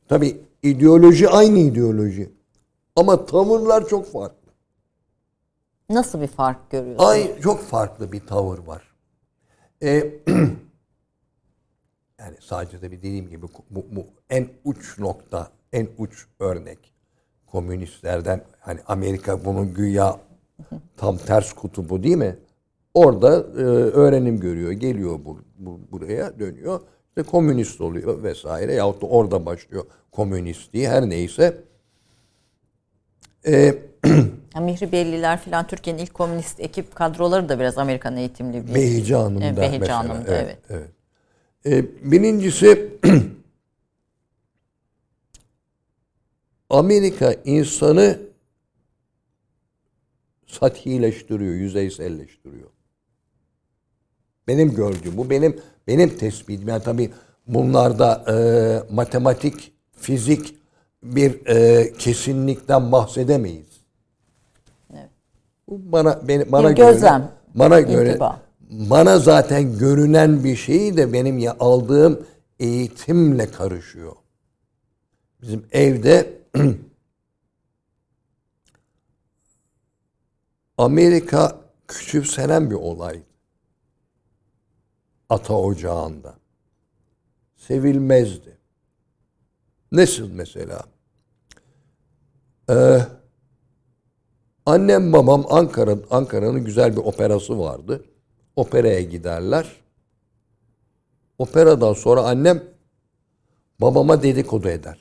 Tabii ideoloji aynı ideoloji. Ama tavırlar çok farklı. Nasıl bir fark görüyorsunuz? Ay çok farklı bir tavır var. Ee, yani sadece de bir dediğim gibi bu, bu en uç nokta, en uç örnek komünistlerden, hani Amerika bunun güya tam ters kutubu değil mi? Orada e, öğrenim görüyor, geliyor bu, bu, buraya dönüyor. İşte komünist oluyor vesaire. Yahut da orada başlıyor komünistliği, her neyse. Ee, Mihribelliler falan, Türkiye'nin ilk komünist ekip kadroları da biraz Amerikan eğitimli bir. Behice Hanım'da Evet, Behice mesela. Hanım'da, evet. evet. evet. Ee, birincisi Amerika insanı sathileştiriyor, yüzeyselleştiriyor. Benim gördüğüm bu, benim benim tespitim. Yani tabii bunlarda e, matematik, fizik bir e, kesinlikten bahsedemeyiz. Evet. Bu bana beni, bana bir göre gözlem, bana göre intiba. bana zaten görünen bir şeyi de benim ya aldığım eğitimle karışıyor. Bizim evde Amerika küçümsenen bir olay. Ata ocağında. Sevilmezdi. Nasıl mesela? Ee, annem babam Ankara, Ankara'nın güzel bir operası vardı. Operaya giderler. Operadan sonra annem babama dedikodu eder.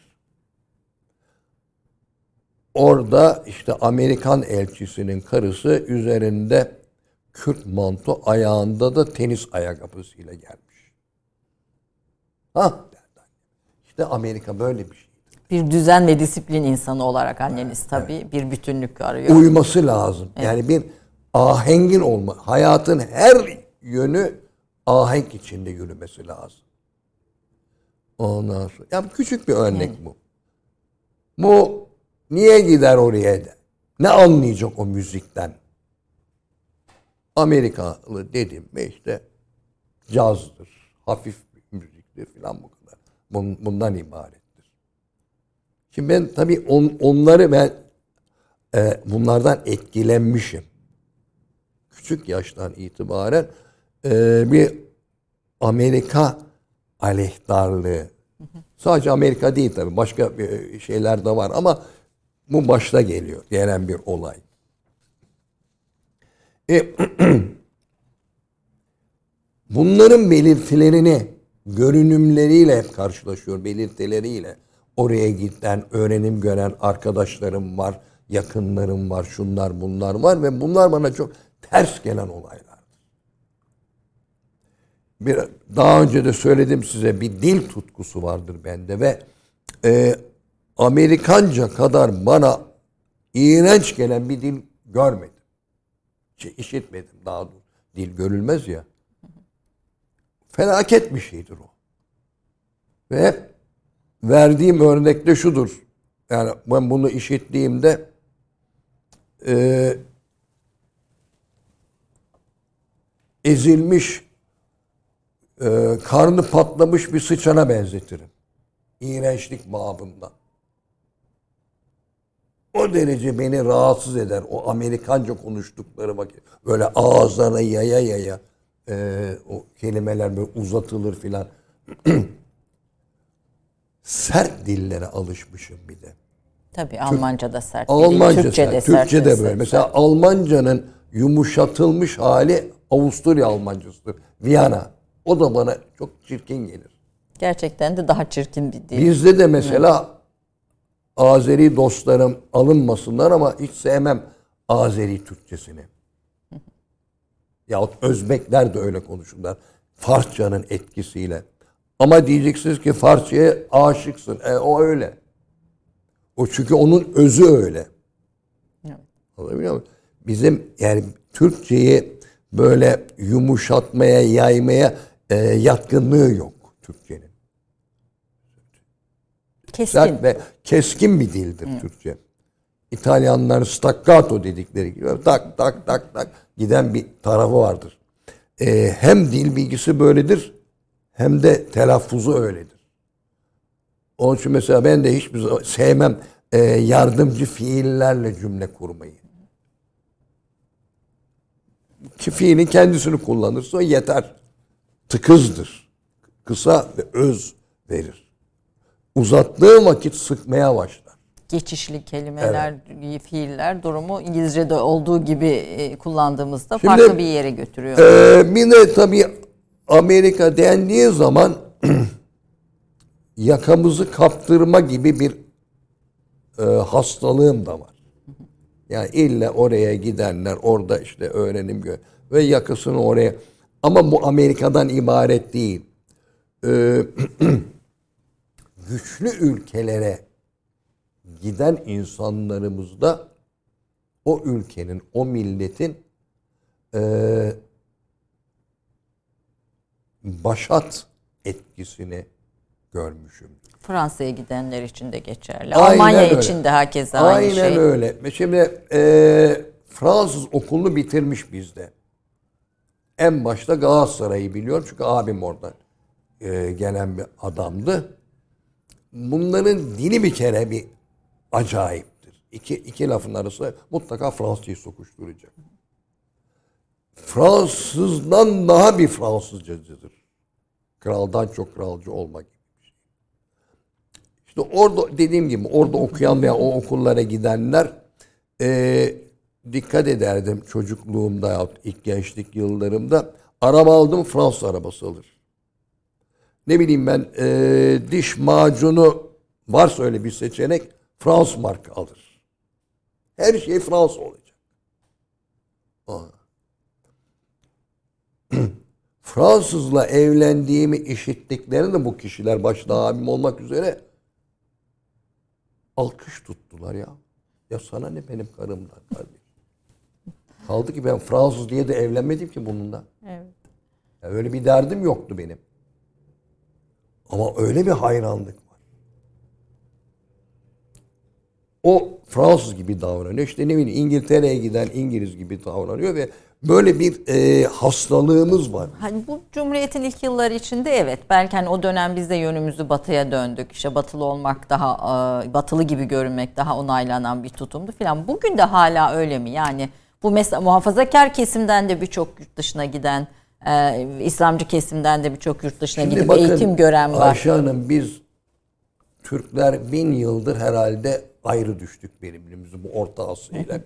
Orada işte Amerikan elçisinin karısı üzerinde kürk manto, ayağında da tenis ayakkabısıyla gelmiş. Ha derdi. İşte Amerika böyle bir şey. Bir düzen ve disiplin insanı olarak anneniz tabii evet. bir bütünlük arıyor. Uyması lazım. Evet. Yani bir ahengin olma. Hayatın her yönü ahenk içinde yürümesi lazım. Ondan sonra. Ya küçük bir örnek evet. bu. Bu niye gider oraya da? Ne anlayacak o müzikten? Amerikalı dedim mi işte cazdır, hafif müziktir filan bu kadar. Bundan ibarettir. Şimdi ben tabii on, onları ben e, bunlardan etkilenmişim. Küçük yaştan itibaren e, bir Amerika aleyhtarlığı. Sadece Amerika değil tabii, başka şeyler de var ama bu başta geliyor, gelen bir olay. E, bunların belirtilerini, görünümleriyle hep karşılaşıyor, belirtileriyle. Oraya giden, öğrenim gören arkadaşlarım var, yakınlarım var, şunlar bunlar var ve bunlar bana çok ters gelen olaylardır. Bir, daha önce de söyledim size, bir dil tutkusu vardır bende ve e, Amerikanca kadar bana iğrenç gelen bir dil görmedim. Şey, işitmedim daha doğrusu. Dil görülmez ya. Felaket bir şeydir o. Ve verdiğim örnek de şudur. Yani ben bunu işittiğimde e, ezilmiş, e, karnı patlamış bir sıçana benzetirim. İğrençlik babından. O derece beni rahatsız eder. O Amerikanca konuştukları vakit. Böyle ağızlarına yaya yaya e, o kelimeler böyle uzatılır filan. Sert dillere alışmışım bir de. Tabii Almanca da sert. Almanca Türkçe sert. de sert. Türkçe de böyle. Mesela sert. Almancanın yumuşatılmış hali Avusturya Almancasıdır. Viyana. O da bana çok çirkin gelir. Gerçekten de daha çirkin bir dil. Bizde de mesela evet. Azeri dostlarım alınmasınlar ama hiç sevmem Azeri Türkçesini. Yahut Özbekler de öyle konuşurlar. Farsçanın etkisiyle. Ama diyeceksiniz ki Farsçaya aşıksın. E, o öyle. O çünkü onun özü öyle. Evet. Anlatabiliyor muyum? Bizim yani Türkçeyi böyle yumuşatmaya, yaymaya e, yatkınlığı yok Türkçenin. Keskin. Sert ve keskin bir dildir evet. Türkçe. İtalyanların staccato dedikleri gibi tak tak tak tak giden bir tarafı vardır. Ee, hem dil bilgisi böyledir hem de telaffuzu öyledir. Onun için mesela ben de hiçbir zaman sevmem e, yardımcı fiillerle cümle kurmayı. Ki fiilin kendisini kullanırsa yeter. Tıkızdır. Kısa ve öz verir. Uzattığı vakit sıkmaya başlar. Geçişli kelimeler, evet. fiiller durumu İngilizce'de olduğu gibi kullandığımızda Şimdi, farklı bir yere götürüyor. E, bir de tabii Amerika dendiği zaman yakamızı kaptırma gibi bir e, hastalığım da var. Yani illa oraya gidenler, orada işte öğrenim gör ve yakasını oraya. Ama bu Amerika'dan ibaret değil. Ee, güçlü ülkelere giden insanlarımız da o ülkenin, o milletin e, başat etkisini görmüşüm. Fransa'ya gidenler için de geçerli. Aynen Almanya öyle. için de herkese aynı Aynen şey. Aynen öyle. Şimdi e, Fransız okulunu bitirmiş bizde. En başta Galatasaray'ı biliyorum çünkü abim oradan e, gelen bir adamdı. Bunların dili bir kere bir acayiptir. İki, iki lafın arası mutlaka Fransızcayı sokuşturacak. Fransızdan daha bir Fransızcacıdır. Kraldan çok kralcı olmak. İşte orada dediğim gibi orada okuyan veya o okullara gidenler e, dikkat ederdim çocukluğumda ya ilk gençlik yıllarımda. Araba aldım, Fransız arabası alır. Ne bileyim ben e, diş macunu varsa öyle bir seçenek Fransız marka alır. Her şey Fransız olacak. Fransızla evlendiğimi işittiklerinde bu kişiler başta abim olmak üzere alkış tuttular ya. Ya sana ne benim karımdan kardeşim. Kaldı ki ben Fransız diye de evlenmedim ki bununla. Evet. Ya öyle bir derdim yoktu benim. Ama öyle bir hayranlık var. O Fransız gibi davranıyor. İşte ne bileyim İngiltere'ye giden İngiliz gibi davranıyor ve böyle bir e, hastalığımız var. Hani bu Cumhuriyet'in ilk yılları içinde evet belki hani o dönem biz de yönümüzü batıya döndük. İşte batılı olmak daha e, batılı gibi görünmek daha onaylanan bir tutumdu filan. Bugün de hala öyle mi? Yani bu mesela muhafazakar kesimden de birçok yurt dışına giden, e, İslamcı kesimden de birçok yurt dışına Şimdi gidip bakın, eğitim gören var. Ayşe Hanım biz Türkler bin yıldır herhalde ayrı düştük birbirimizi bu Orta Asya ile.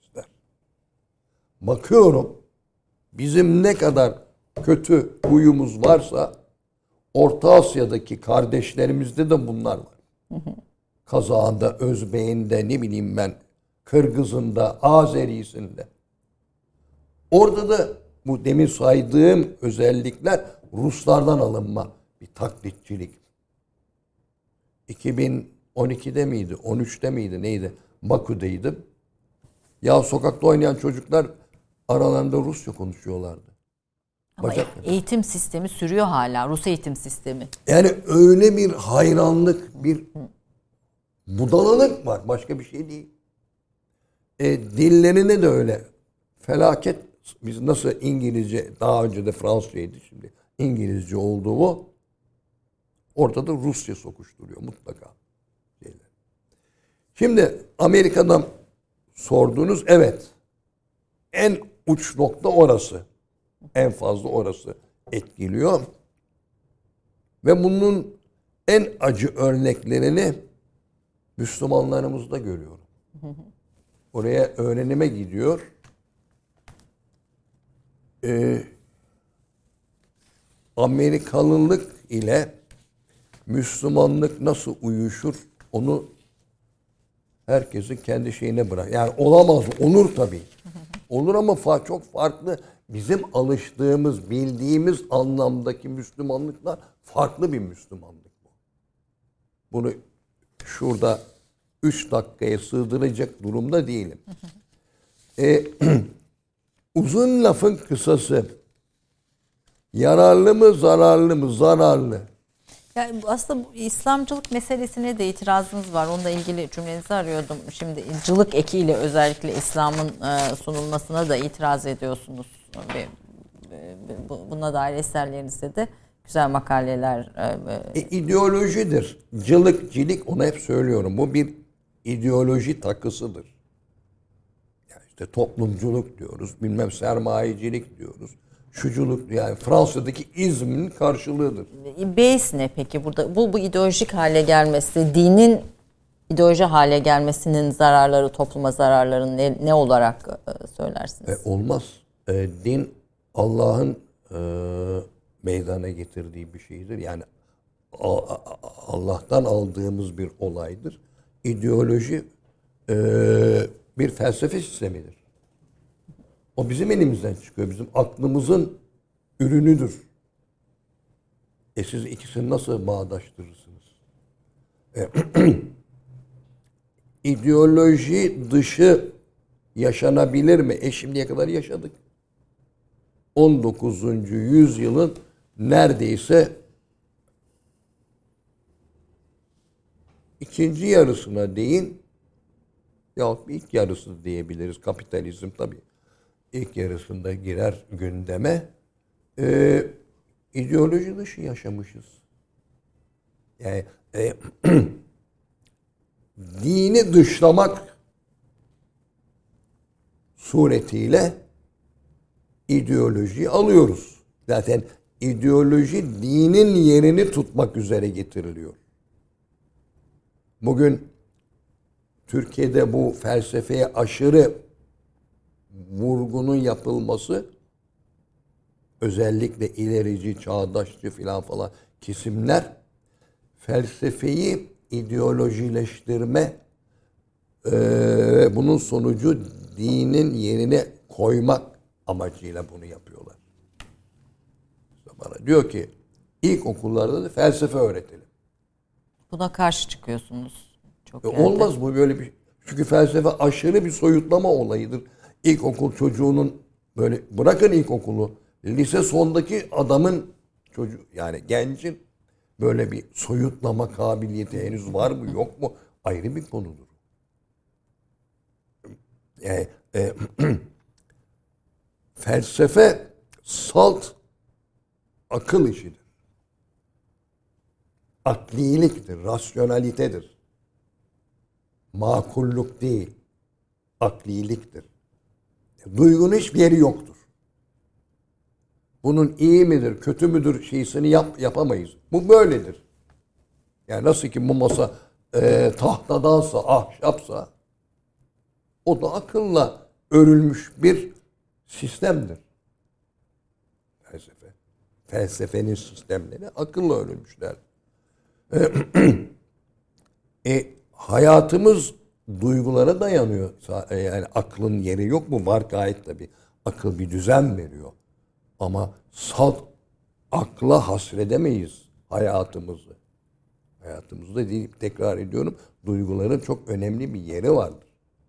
Bakıyorum bizim ne kadar kötü huyumuz varsa Orta Asya'daki kardeşlerimizde de bunlar var. Kazağında, Özbek'inde, ne bileyim ben, Kırgız'ında, Azeri'sinde. Orada da bu demin saydığım özellikler Ruslardan alınma bir taklitçilik. iki bin on ikide miydi, on üçte miydi, neydi? Bakü'deydim. Ya sokakta oynayan çocuklar aralarında Rusça konuşuyorlardı. Ama Bacak eğitim sistemi sürüyor hala. Rus eğitim sistemi. Yani öyle bir hayranlık, bir budalalık var. Başka bir şey değil. E, dillerine de öyle. Felaket. Biz nasıl İngilizce, daha önce de Fransızcaydı şimdi. İngilizce olduğu o. Orada da Rusça sokuşturuyor mutlaka. Şeyler. Şimdi Amerika'dan sordunuz. Evet. En uç nokta orası. En fazla orası etkiliyor. Ve bunun en acı örneklerini Müslümanlarımızda görüyorum. Oraya öğrenime gidiyor. Ee, Amerikalılık ile Müslümanlık nasıl uyuşur onu herkesin kendi şeyine bırak. Yani olamaz. Olur tabii. Olur ama fa- çok farklı. Bizim alıştığımız, bildiğimiz anlamdaki Müslümanlıkla farklı bir Müslümanlık bu. Bunu şurada üç dakikaya sığdıracak durumda değilim. Ee, uzun lafın kısası. Yararlı mı, zararlı mı? Zararlı. Yani aslında bu İslamcılık meselesine de itirazınız var. Onunla ilgili cümlenizi arıyordum. Şimdi cılık ekiyle özellikle İslam'ın sunulmasına da itiraz ediyorsunuz. Buna dair eserlerinizde de güzel makaleler. E, ideolojidir. Cılık, cilik, onu hep söylüyorum. Bu bir ideoloji takısıdır. Yani işte toplumculuk diyoruz, bilmem sermayecilik diyoruz. Şuculuk, yani Fransa'daki izmin karşılığıdır. Base ne peki burada? Bu, bu ideolojik hale gelmesi, dinin ideoloji hale gelmesinin zararları, topluma zararları ne, ne olarak e, söylersiniz? E, olmaz. E, din Allah'ın e, meydana getirdiği bir şeydir. Yani a, a, Allah'tan aldığımız bir olaydır. İdeoloji e, bir felsefe sistemidir. O bizim elimizden çıkıyor. Bizim aklımızın ürünüdür. E siz ikisini nasıl bağdaştırırsınız? E, İdeoloji dışı yaşanabilir mi? E şimdiye kadar yaşadık. on dokuzuncu yüzyılın neredeyse ikinci yarısına değin, yahut ilk yarısı diyebiliriz. Kapitalizm tabii ilk yarısında girer gündeme. Ee, ideoloji dışı yaşamışız. Yani e, dini dışlamak suretiyle ideolojiyi alıyoruz. Zaten ideoloji dinin yerini tutmak üzere getiriliyor. Bugün Türkiye'de bu felsefeye aşırı vurgunun yapılması, özellikle ilerici, çağdaşçı filan falan kesimler felsefeyi ideolojileştirme ve ee, bunun sonucu dinin yerine koymak amacıyla bunu yapıyorlar. İşte bana diyor ki ilkokullarda da felsefe öğretelim. Buna karşı çıkıyorsunuz. Çok e, olmaz bu böyle bir. Çünkü felsefe aşırı bir soyutlama olayıdır. İlkokul çocuğunun böyle, bırakın ilkokulu, lise sondaki adamın çocuğu, yani gencin böyle bir soyutlama kabiliyeti henüz var mı yok mu ayrı bir konudur. Yani, e, felsefe salt akıl işidir. Akliliktir, rasyonalitedir. Makulluk değil, akliliktir. Duygunun hiçbir yeri yoktur. Bunun iyi midir, kötü müdür şeysini yap, yapamayız. Bu böyledir. Yani nasıl ki bu masa e, tahtadansa, ahşapsa, o da akılla örülmüş bir sistemdir. Felsefe. Felsefenin sistemleri akılla örülmüşler. e, hayatımız duygulara dayanıyor. Yani aklın yeri yok mu? Var gayet tabii. Akıl bir düzen veriyor. Ama salt akla hasredemeyiz hayatımızı. Hayatımızda değil, tekrar ediyorum, duyguların çok önemli bir yeri vardır.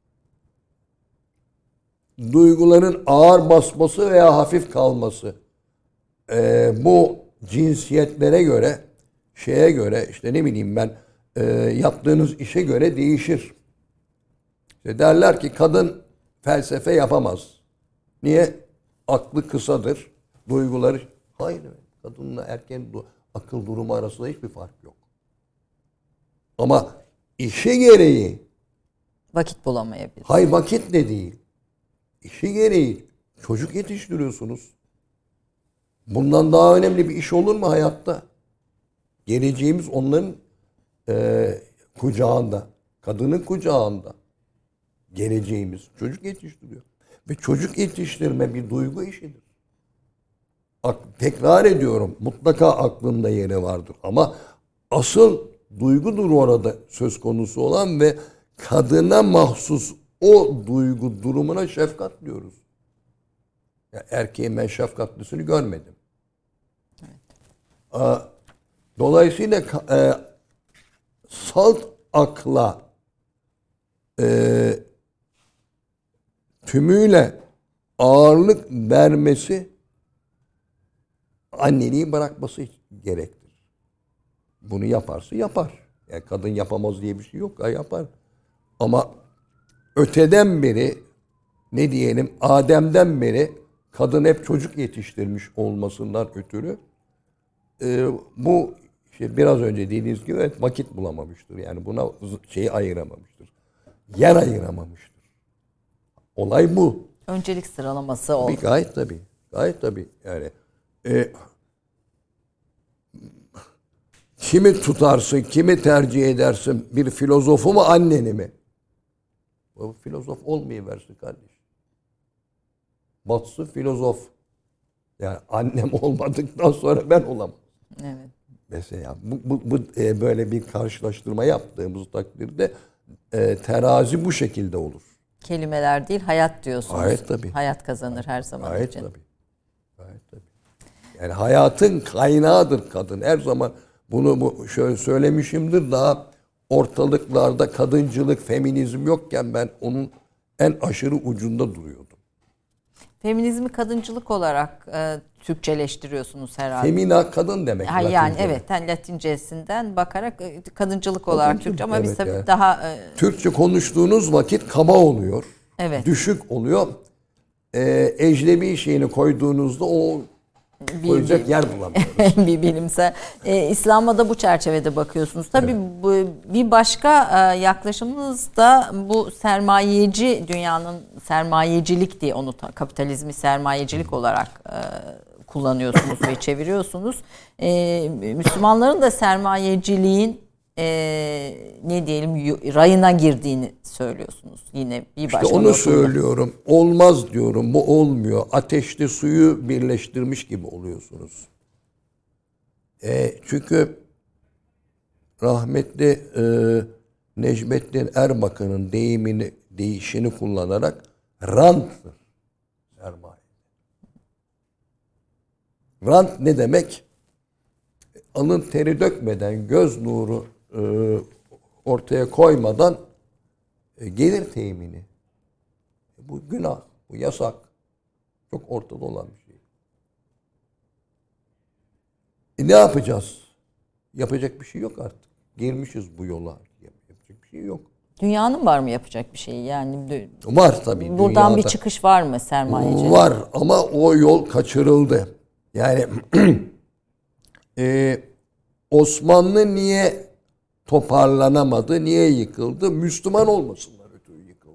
Duyguların ağır basması veya hafif kalması e, bu cinsiyetlere göre, şeye göre, işte ne bileyim ben, e, yaptığınız işe göre değişir. İşte derler ki kadın felsefe yapamaz. Niye? Aklı kısadır, duyguları... Hayır, kadınla erkeğin akıl durumu arasında hiçbir fark yok. Ama işi gereği... Vakit bulamayabilir. Hayır, vakit de değil. İşi gereği çocuk yetiştiriyorsunuz. Bundan daha önemli bir iş olur mu hayatta? Geleceğimiz onların e, kucağında. Kadının kucağında. Geleceğimiz çocuk yetiştiriyor. Ve çocuk yetiştirme bir duygu işidir. Tekrar ediyorum, mutlaka aklında yeri vardır. Ama asıl duygudur orada söz konusu olan ve kadına mahsus o duygu durumuna şefkat diyoruz. Ya erkeğin ben şefkatlisini görmedim. Evet. Dolayısıyla e, salt akla e, tümüyle ağırlık vermesi, anneliği bırakması gerektir. Bunu yaparsa yapar. Yani kadın yapamaz diye bir şey yok. Ya yapar. Ama öteden beri, ne diyelim, Adem'den beri kadın hep çocuk yetiştirmiş olmasından ötürü e, bu işte biraz önce dediğiniz gibi evet, vakit bulamamıştır. Yani buna şeyi ayıramamıştır. Yer ayıramamıştır. Olay bu. Öncelik sıralaması oldu. Tabii, gayet tabii. Gayet tabii. Yani e, kimi tutarsın, kimi tercih edersin? Bir filozofu mu, anneni mi? Bu filozof olmayıversin kardeş. Batsı filozof. Yani annem olmadıktan sonra ben olamam. Evet. Mesela bu, bu, bu e, böyle bir karşılaştırma yaptığımız takdirde e, terazi bu şekilde olur. Kelimeler değil, hayat diyorsunuz. Gayet tabii. Hayat kazanır her zaman Gayet için. tabii. Gayet tabii. Yani hayatın kaynağıdır kadın. Her zaman bunu bu şöyle söylemişimdir. Daha ortalıklarda kadıncılık, feminizm yokken ben onun en aşırı ucunda duruyordum. Feminizmi kadıncılık olarak e, Türkçeleştiriyorsunuz herhalde. Femina kadın demek. Ha, yani Latince. evet, yani Latincesinden bakarak e, kadıncılık olarak Kadıncılık, Türkçe ama evet biz tabii yani. daha e, Türkçe konuştuğunuz vakit kaba oluyor. Evet. Düşük oluyor. Ee, ecnebi şeyini koyduğunuzda o koyacak yer bulamıyoruz. bir bilimsel. E, İslam'a da bu çerçevede bakıyorsunuz. Tabii evet. bu, bir başka e, yaklaşımınız da bu sermayeci dünyanın sermayecilik diye onu kapitalizmi sermayecilik olarak e, kullanıyorsunuz ve çeviriyorsunuz. E, Müslümanların da sermayeciliğin e, ne diyelim rayına girdiğini söylüyorsunuz. Yine bir başka İşte onu notunda söylüyorum. Olmaz diyorum. Bu olmuyor. Ateşli suyu birleştirmiş gibi oluyorsunuz. E, çünkü rahmetli e, Necmettin Erbakan'ın deyimini, deyişini kullanarak ranttır sermaye. Rant ne demek? Alın teri dökmeden, göz nuru e, ortaya koymadan e, gelir temini. Bu günah, bu yasak. Çok ortada olan bir şey. E ne yapacağız? Yapacak bir şey yok artık. Girmişiz bu yola. Yapacak bir şey yok. Dünyanın var mı yapacak bir şeyi? Yani var tabii. Buradan dünyada bir çıkış var mı sermayeci? Var ama o yol kaçırıldı. Yani e, Osmanlı niye toparlanamadı, niye yıkıldı? Müslüman olmasınlar ötürü yıkıldı.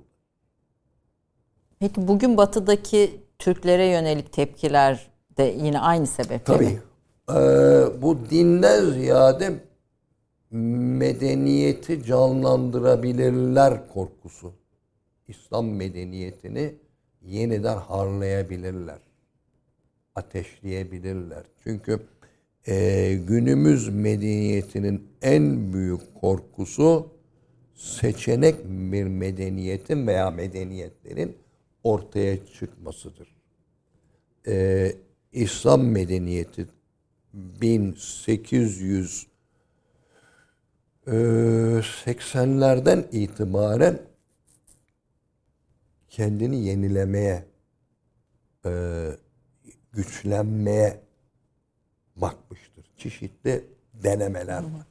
Peki bugün Batı'daki Türklere yönelik tepkiler de yine aynı sebeple Tabii. mi? Ee, bu dinden ziyade medeniyeti canlandırabilirler korkusu. İslam medeniyetini yeniden harlayabilirler. Ateşleyebilirler. Çünkü e, günümüz medeniyetinin en büyük korkusu seçenek bir medeniyetin veya medeniyetlerin ortaya çıkmasıdır. E, İslam medeniyeti bin sekiz yüz seksenlerden itibaren kendini yenilemeye, güçlenmeye bakmıştır. Çeşitli denemeler var.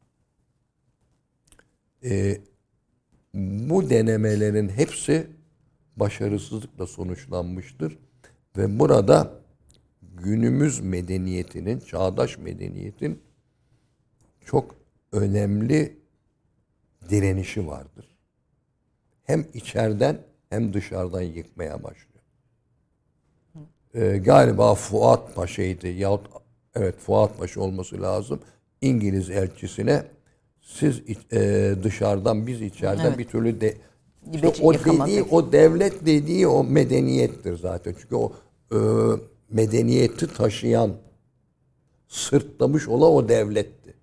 E, bu denemelerin hepsi başarısızlıkla sonuçlanmıştır. Ve burada günümüz medeniyetinin, çağdaş medeniyetin çok önemli direnişi vardır. Hem içeriden hem dışarıdan yıkmaya başlıyor. Ee, galiba Fuat Paşa'ydı yahut evet Fuat Paşa olması lazım. İngiliz elçisine siz e, dışarıdan biz içeriden evet. bir türlü de işte o dediği o devlet dediği o medeniyettir zaten. Çünkü o e, medeniyeti taşıyan, sırtlamış olan o devletti.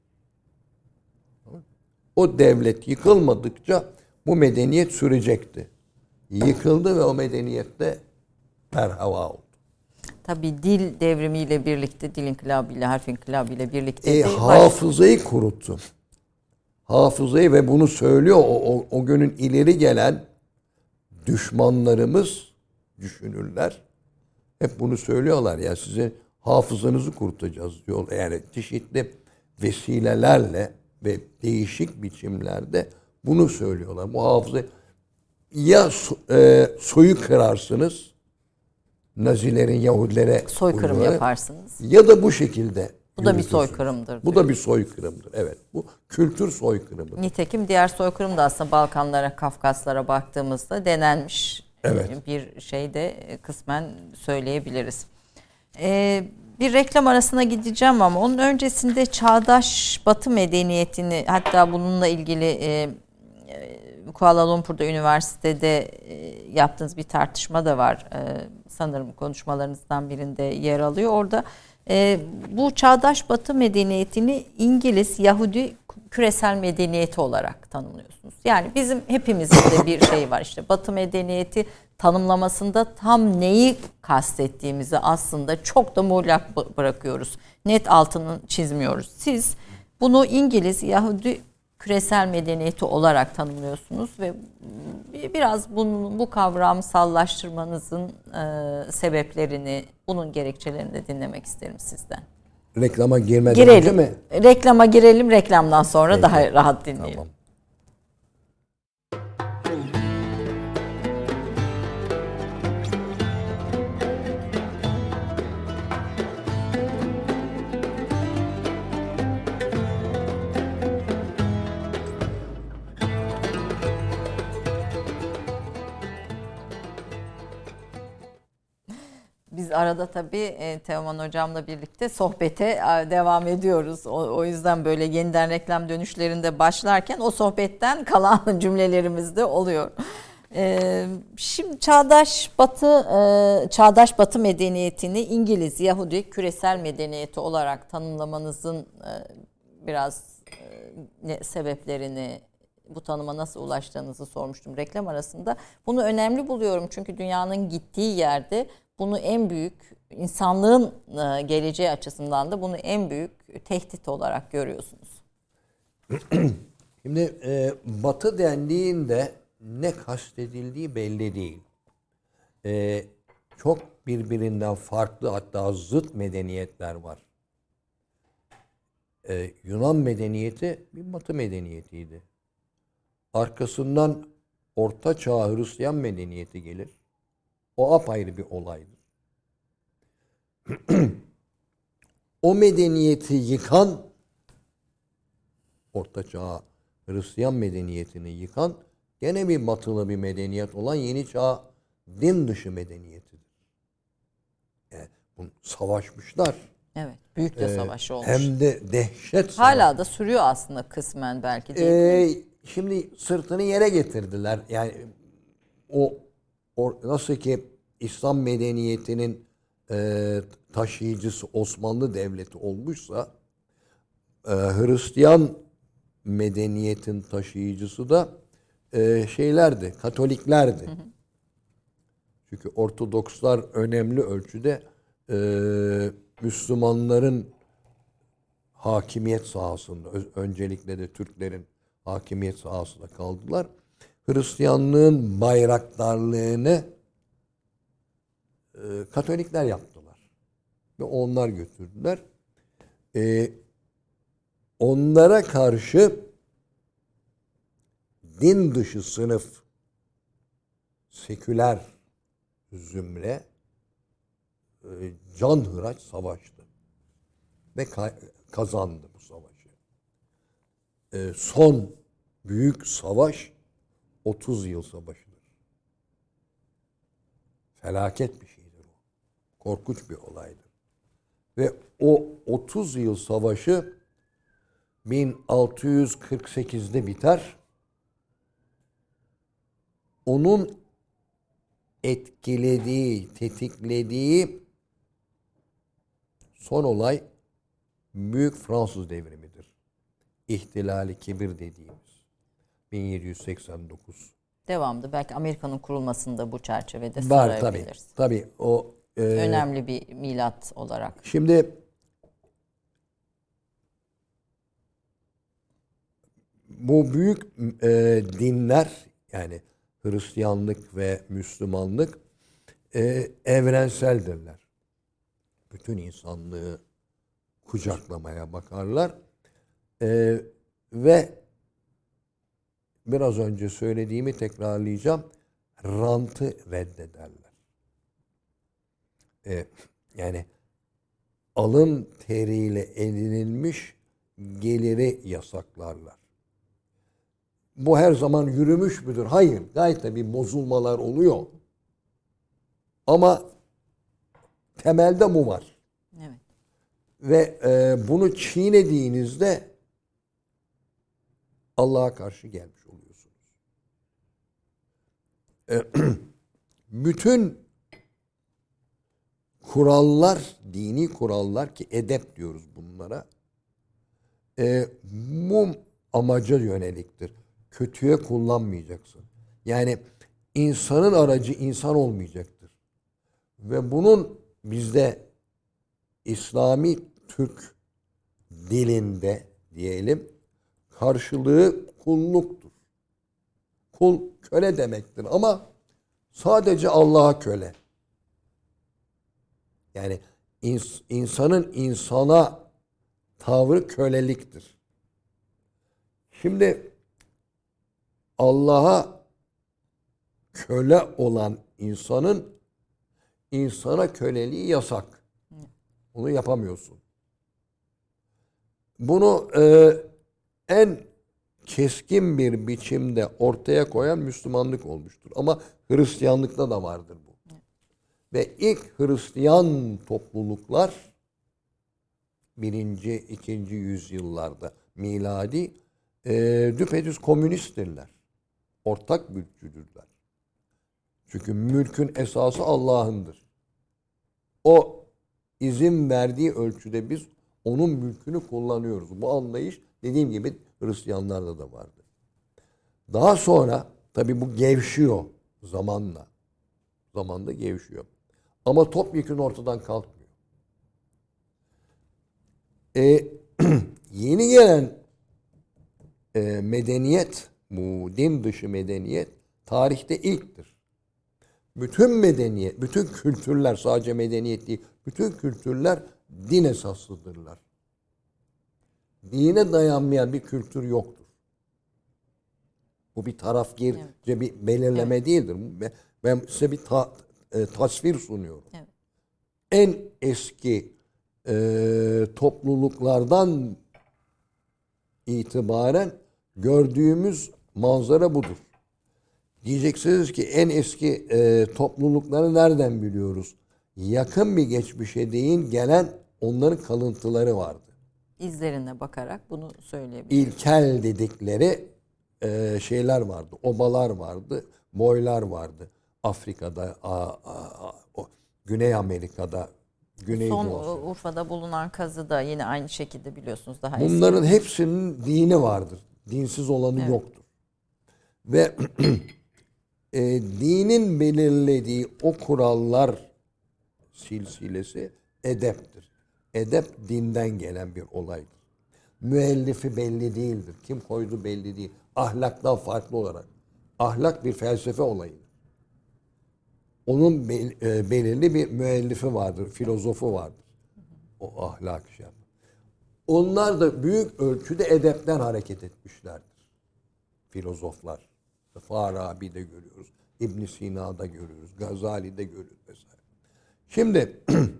O devlet yıkılmadıkça bu medeniyet sürecekti. Yıkıldı ve o medeniyette merhaba oldu. Tabii dil devrimiyle birlikte, dil inkılabıyla, harf inkılabıyla birlikte... E, hafızayı kuruttu. Hafızayı ve bunu söylüyor o, o, o günün ileri gelen düşmanlarımız, düşünürler. Hep bunu söylüyorlar ya size hafızanızı kurutacağız diyorlar. Yani çeşitli vesilelerle ve değişik biçimlerde bunu söylüyorlar. Bu hafıza ya e, soyu kırarsınız, Nazilerin Yahudilere soykırım uyuyorlar, yaparsınız. ya da bu şekilde. Bu da bir yürütürsünüz. soykırımdır. Bu da bir soykırımdır. Evet. Bu kültür soykırımıdır. Nitekim diğer soykırım da aslında Balkanlara, Kafkaslara baktığımızda denenmiş Evet. bir şey de kısmen söyleyebiliriz. Ee, bir reklam arasına gideceğim ama onun öncesinde çağdaş Batı medeniyetini, hatta bununla ilgili e, Kuala Lumpur'da üniversitede e, yaptığınız bir tartışma da var. E, sanırım konuşmalarınızdan birinde yer alıyor. Orada e, bu çağdaş Batı medeniyetini İngiliz, Yahudi küresel medeniyeti olarak tanımlıyorsunuz. Yani bizim hepimizin de bir şey var, işte Batı medeniyeti tanımlamasında tam neyi kastettiğimizi aslında çok da muğlak bırakıyoruz. Net altını çizmiyoruz. Siz bunu İngiliz, Yahudi küresel medeniyeti olarak tanımlıyorsunuz ve biraz bunun, bu kavramsallaştırmanızın e, sebeplerini, bunun gerekçelerini de dinlemek isterim sizden. Reklama girmeden girelim. önce mi? Reklama girelim, reklamdan sonra Peki. daha rahat dinleyelim. Tamam. Biz arada tabii e, Teoman Hocam'la birlikte sohbete e, devam ediyoruz. O, o yüzden böyle yeniden reklam dönüşlerinde başlarken o sohbetten kalan cümlelerimiz de oluyor. E, şimdi çağdaş Batı e, çağdaş Batı medeniyetini İngiliz, Yahudi küresel medeniyeti olarak tanımlamanızın e, biraz e, ne, sebeplerini, bu tanıma nasıl ulaştığınızı sormuştum reklam arasında. Bunu önemli buluyorum çünkü dünyanın gittiği yerde bunu en büyük, insanlığın geleceği açısından da bunu en büyük tehdit olarak görüyorsunuz. Şimdi e, Batı dendiğinde ne kastedildiği belli değil. E, çok birbirinden farklı, hatta zıt medeniyetler var. E, Yunan medeniyeti bir Batı medeniyetiydi. Arkasından Orta Çağ Hristiyan medeniyeti gelir. O apayrı bir olaydır. O medeniyeti yıkan, Orta Çağ Hristiyan medeniyetini yıkan gene bir batılı bir medeniyet olan Yeni Çağ din dışı medeniyetidir. Yani bunu savaşmışlar. Evet, büyük de savaş olmuş. Hem de dehşet Hala savaş. da sürüyor aslında kısmen belki değil Ee, mi? Şimdi sırtını yere getirdiler. Yani o, o nasıl ki İslam medeniyetinin e, taşıyıcısı Osmanlı Devleti olmuşsa e, Hristiyan medeniyetin taşıyıcısı da e, şeylerdi, Katoliklerdi. Hı hı. Çünkü Ortodokslar önemli ölçüde e, Müslümanların hakimiyet sahasında, öncelikle de Türklerin hakimiyet sahasında kaldılar. Hristiyanlığın bayraktarlığını e, Katolikler yaptılar. Ve onlar götürdüler. E, onlara karşı din dışı sınıf, seküler zümre e, canhıraç savaştı. Ve ka- kazandı bu savaşı. E, son büyük savaş otuz yıl savaşıdır. Felaket bir şeydir o. Korkunç bir olaydır. Ve o otuz yıl savaşı bin altı yüz kırk sekizde biter. Onun etkilediği, tetiklediği son olay Büyük Fransız Devrimi'dir. İhtilali Kibir dediğimiz. bin yedi yüz seksen dokuz. Devamlı. Belki Amerika'nın kurulmasında bu çerçevede var tabii. Tabii o e, önemli bir milat olarak. Şimdi bu büyük e, dinler, yani Hristiyanlık ve Müslümanlık e, evrenseldirler. Bütün insanlığı kucaklamaya bakarlar. E, ve biraz önce söylediğimi tekrarlayacağım. Rantı reddederler. E, yani alın teriyle edinilmiş geliri yasaklarlar. Bu her zaman yürümüş müdür? Hayır. Gayet tabii bozulmalar oluyor. Ama temelde bu var. Evet. Ve e, bunu çiğnediğinizde Allah'a karşı gelmiş oluyorsunuz. E, bütün kurallar, dini kurallar ki edep diyoruz bunlara, e, bu amaca yöneliktir. Kötüye kullanmayacaksın. Yani insanın aracı insan olmayacaktır. Ve bunun bizde İslami Türk dilinde diyelim karşılığı kulluktur. Kul köle demektir ama sadece Allah'a köle. Yani ins- insanın insana tavrı köleliktir. Şimdi Allah'a köle olan insanın insana köleliği yasak. Bunu yapamıyorsun. Bunu e, en keskin bir biçimde ortaya koyan Müslümanlık olmuştur. Ama Hristiyanlıkta da vardır bu. Ve ilk Hristiyan topluluklar birinci, ikinci yüzyıllarda miladi e, düpedüz komünisttirler. Ortak mülkçüdürler. Çünkü mülkün esası Allah'ındır. O izin verdiği ölçüde biz onun mülkünü kullanıyoruz. Bu anlayış dediğim gibi Hristiyanlarda da vardı. Daha sonra tabii bu gevşiyor zamanla. Zamanla gevşiyor. Ama topyekun ortadan kalkmıyor. E, yeni gelen e, medeniyet, bu din dışı medeniyet tarihte ilktir. Bütün medeniyet, bütün kültürler, sadece medeniyet değil, bütün kültürler din esaslıdırlar. Dine dayanmayan bir kültür yoktur. Bu bir tarafgirce evet. bir belirleme evet. değildir. Ben size bir ta, e, tasvir sunuyorum. Evet. En eski e, topluluklardan itibaren gördüğümüz manzara budur. Diyeceksiniz ki en eski e, toplulukları nereden biliyoruz? Yakın bir geçmişe değin gelen onların kalıntıları vardı. İzlerine bakarak bunu söyleyebiliriz. İlkel dedikleri e, şeyler vardı. Obalar vardı, boylar vardı. Afrika'da, a, a, a, o, Güney Amerika'da, Son Urfa'da bulunan kazı da yine aynı şekilde biliyorsunuz daha eski. Bunların hepsinin dini vardır. Dinsiz olanı evet. yoktur. Ve e, dinin belirlediği o kurallar silsilesi edeptir. Edep dinden gelen bir olaydır. Müellifi belli değildir. Kim koydu belli değil. Ahlaktan farklı olarak. Ahlak bir felsefe olayıdır. Onun bel, e, belirli bir müellifi vardır, filozofu vardır. O ahlak şey yapar. Onlar da büyük ölçüde edepten hareket etmişlerdir. Filozoflar. Farabi'de görüyoruz. İbn Sina'da görüyoruz. Gazali'de görüyoruz vesaire. Şimdi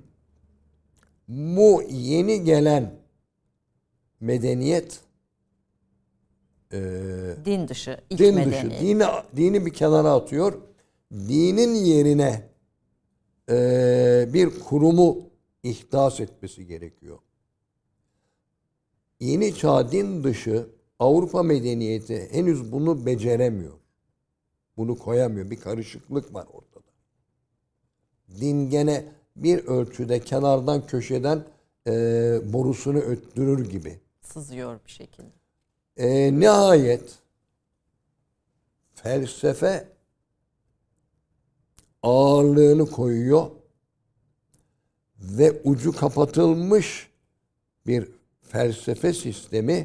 bu yeni gelen medeniyet e, din dışı, ilk din medeniyet. dışı, dini, dini bir kenara atıyor. Dinin yerine e, bir kurumu ihdas etmesi gerekiyor. Yeni çağ din dışı Avrupa medeniyeti henüz bunu beceremiyor. Bunu koyamıyor. Bir karışıklık var ortada. Din gene bir ölçüde kenardan köşeden e, borusunu öttürür gibi. Sızıyor bir şekilde. E, nihayet felsefe ağırlığını koyuyor ve ucu kapatılmış bir felsefe sistemi,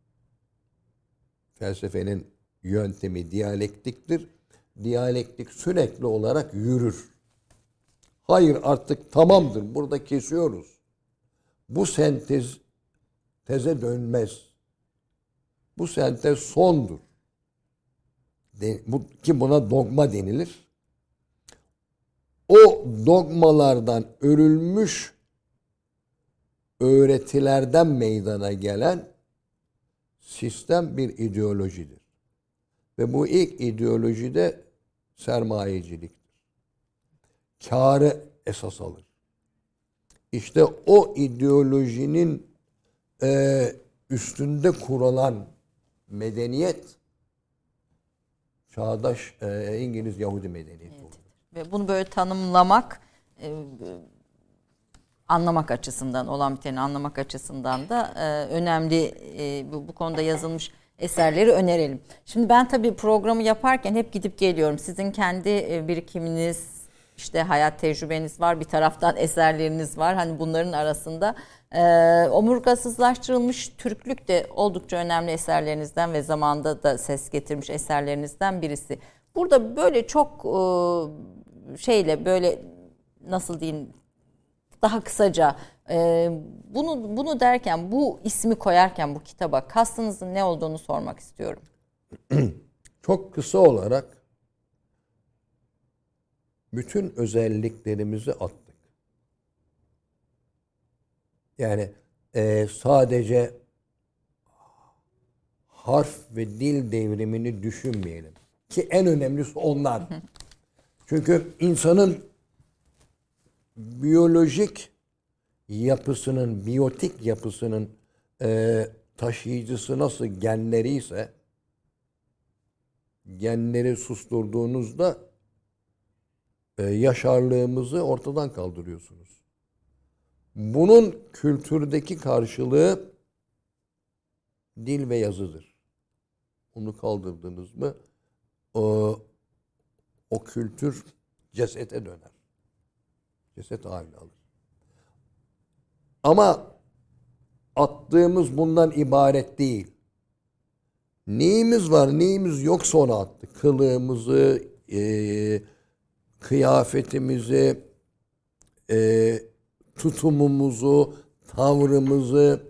felsefenin yöntemi diyalektiktir. Diyalektik sürekli olarak yürür. Hayır artık tamamdır, burada kesiyoruz. Bu sentez teze dönmez. Bu sentez sondur. De, bu, ki buna dogma denilir. O dogmalardan örülmüş öğretilerden meydana gelen sistem bir ideolojidir. Ve bu ilk ideoloji de sermayeciliktir. Kârı esas alır. İşte o ideolojinin e, üstünde kurulan medeniyet çağdaş e, İngiliz Yahudi medeniyeti evet. olur. Ve bunu böyle tanımlamak, e, anlamak açısından, olan biteni anlamak açısından da e, önemli. E, bu, bu konuda yazılmış eserleri önerelim. Şimdi ben tabii programı yaparken hep gidip geliyorum. Sizin kendi e, birikiminiz, işte hayat tecrübeniz var, bir taraftan eserleriniz var. Hani bunların arasında e, omurgasızlaştırılmış Türklük de oldukça önemli eserlerinizden ve zamanda da ses getirmiş eserlerinizden birisi. Burada böyle çok e, şeyle böyle nasıl diyeyim daha kısaca e, bunu bunu derken bu ismi koyarken bu kitaba kastınızın ne olduğunu sormak istiyorum. Çok kısa olarak bütün özelliklerimizi attık. Yani e, sadece harf ve dil devrimini düşünmeyelim. Ki en önemlisi onlar. Çünkü insanın biyolojik yapısının, biyotik yapısının e, taşıyıcısı nasıl genleri ise genleri susturduğunuzda e, yaşarlığımızı ortadan kaldırıyorsunuz. Bunun kültürdeki karşılığı dil ve yazıdır. Onu kaldırdınız mı o, o kültür cesete döner. Ceset haline alır. Ama attığımız bundan ibaret değil. Neyimiz var, neyimiz yoksa onu attık. Kılığımızı, e, kıyafetimizi, e, tutumumuzu, tavrımızı,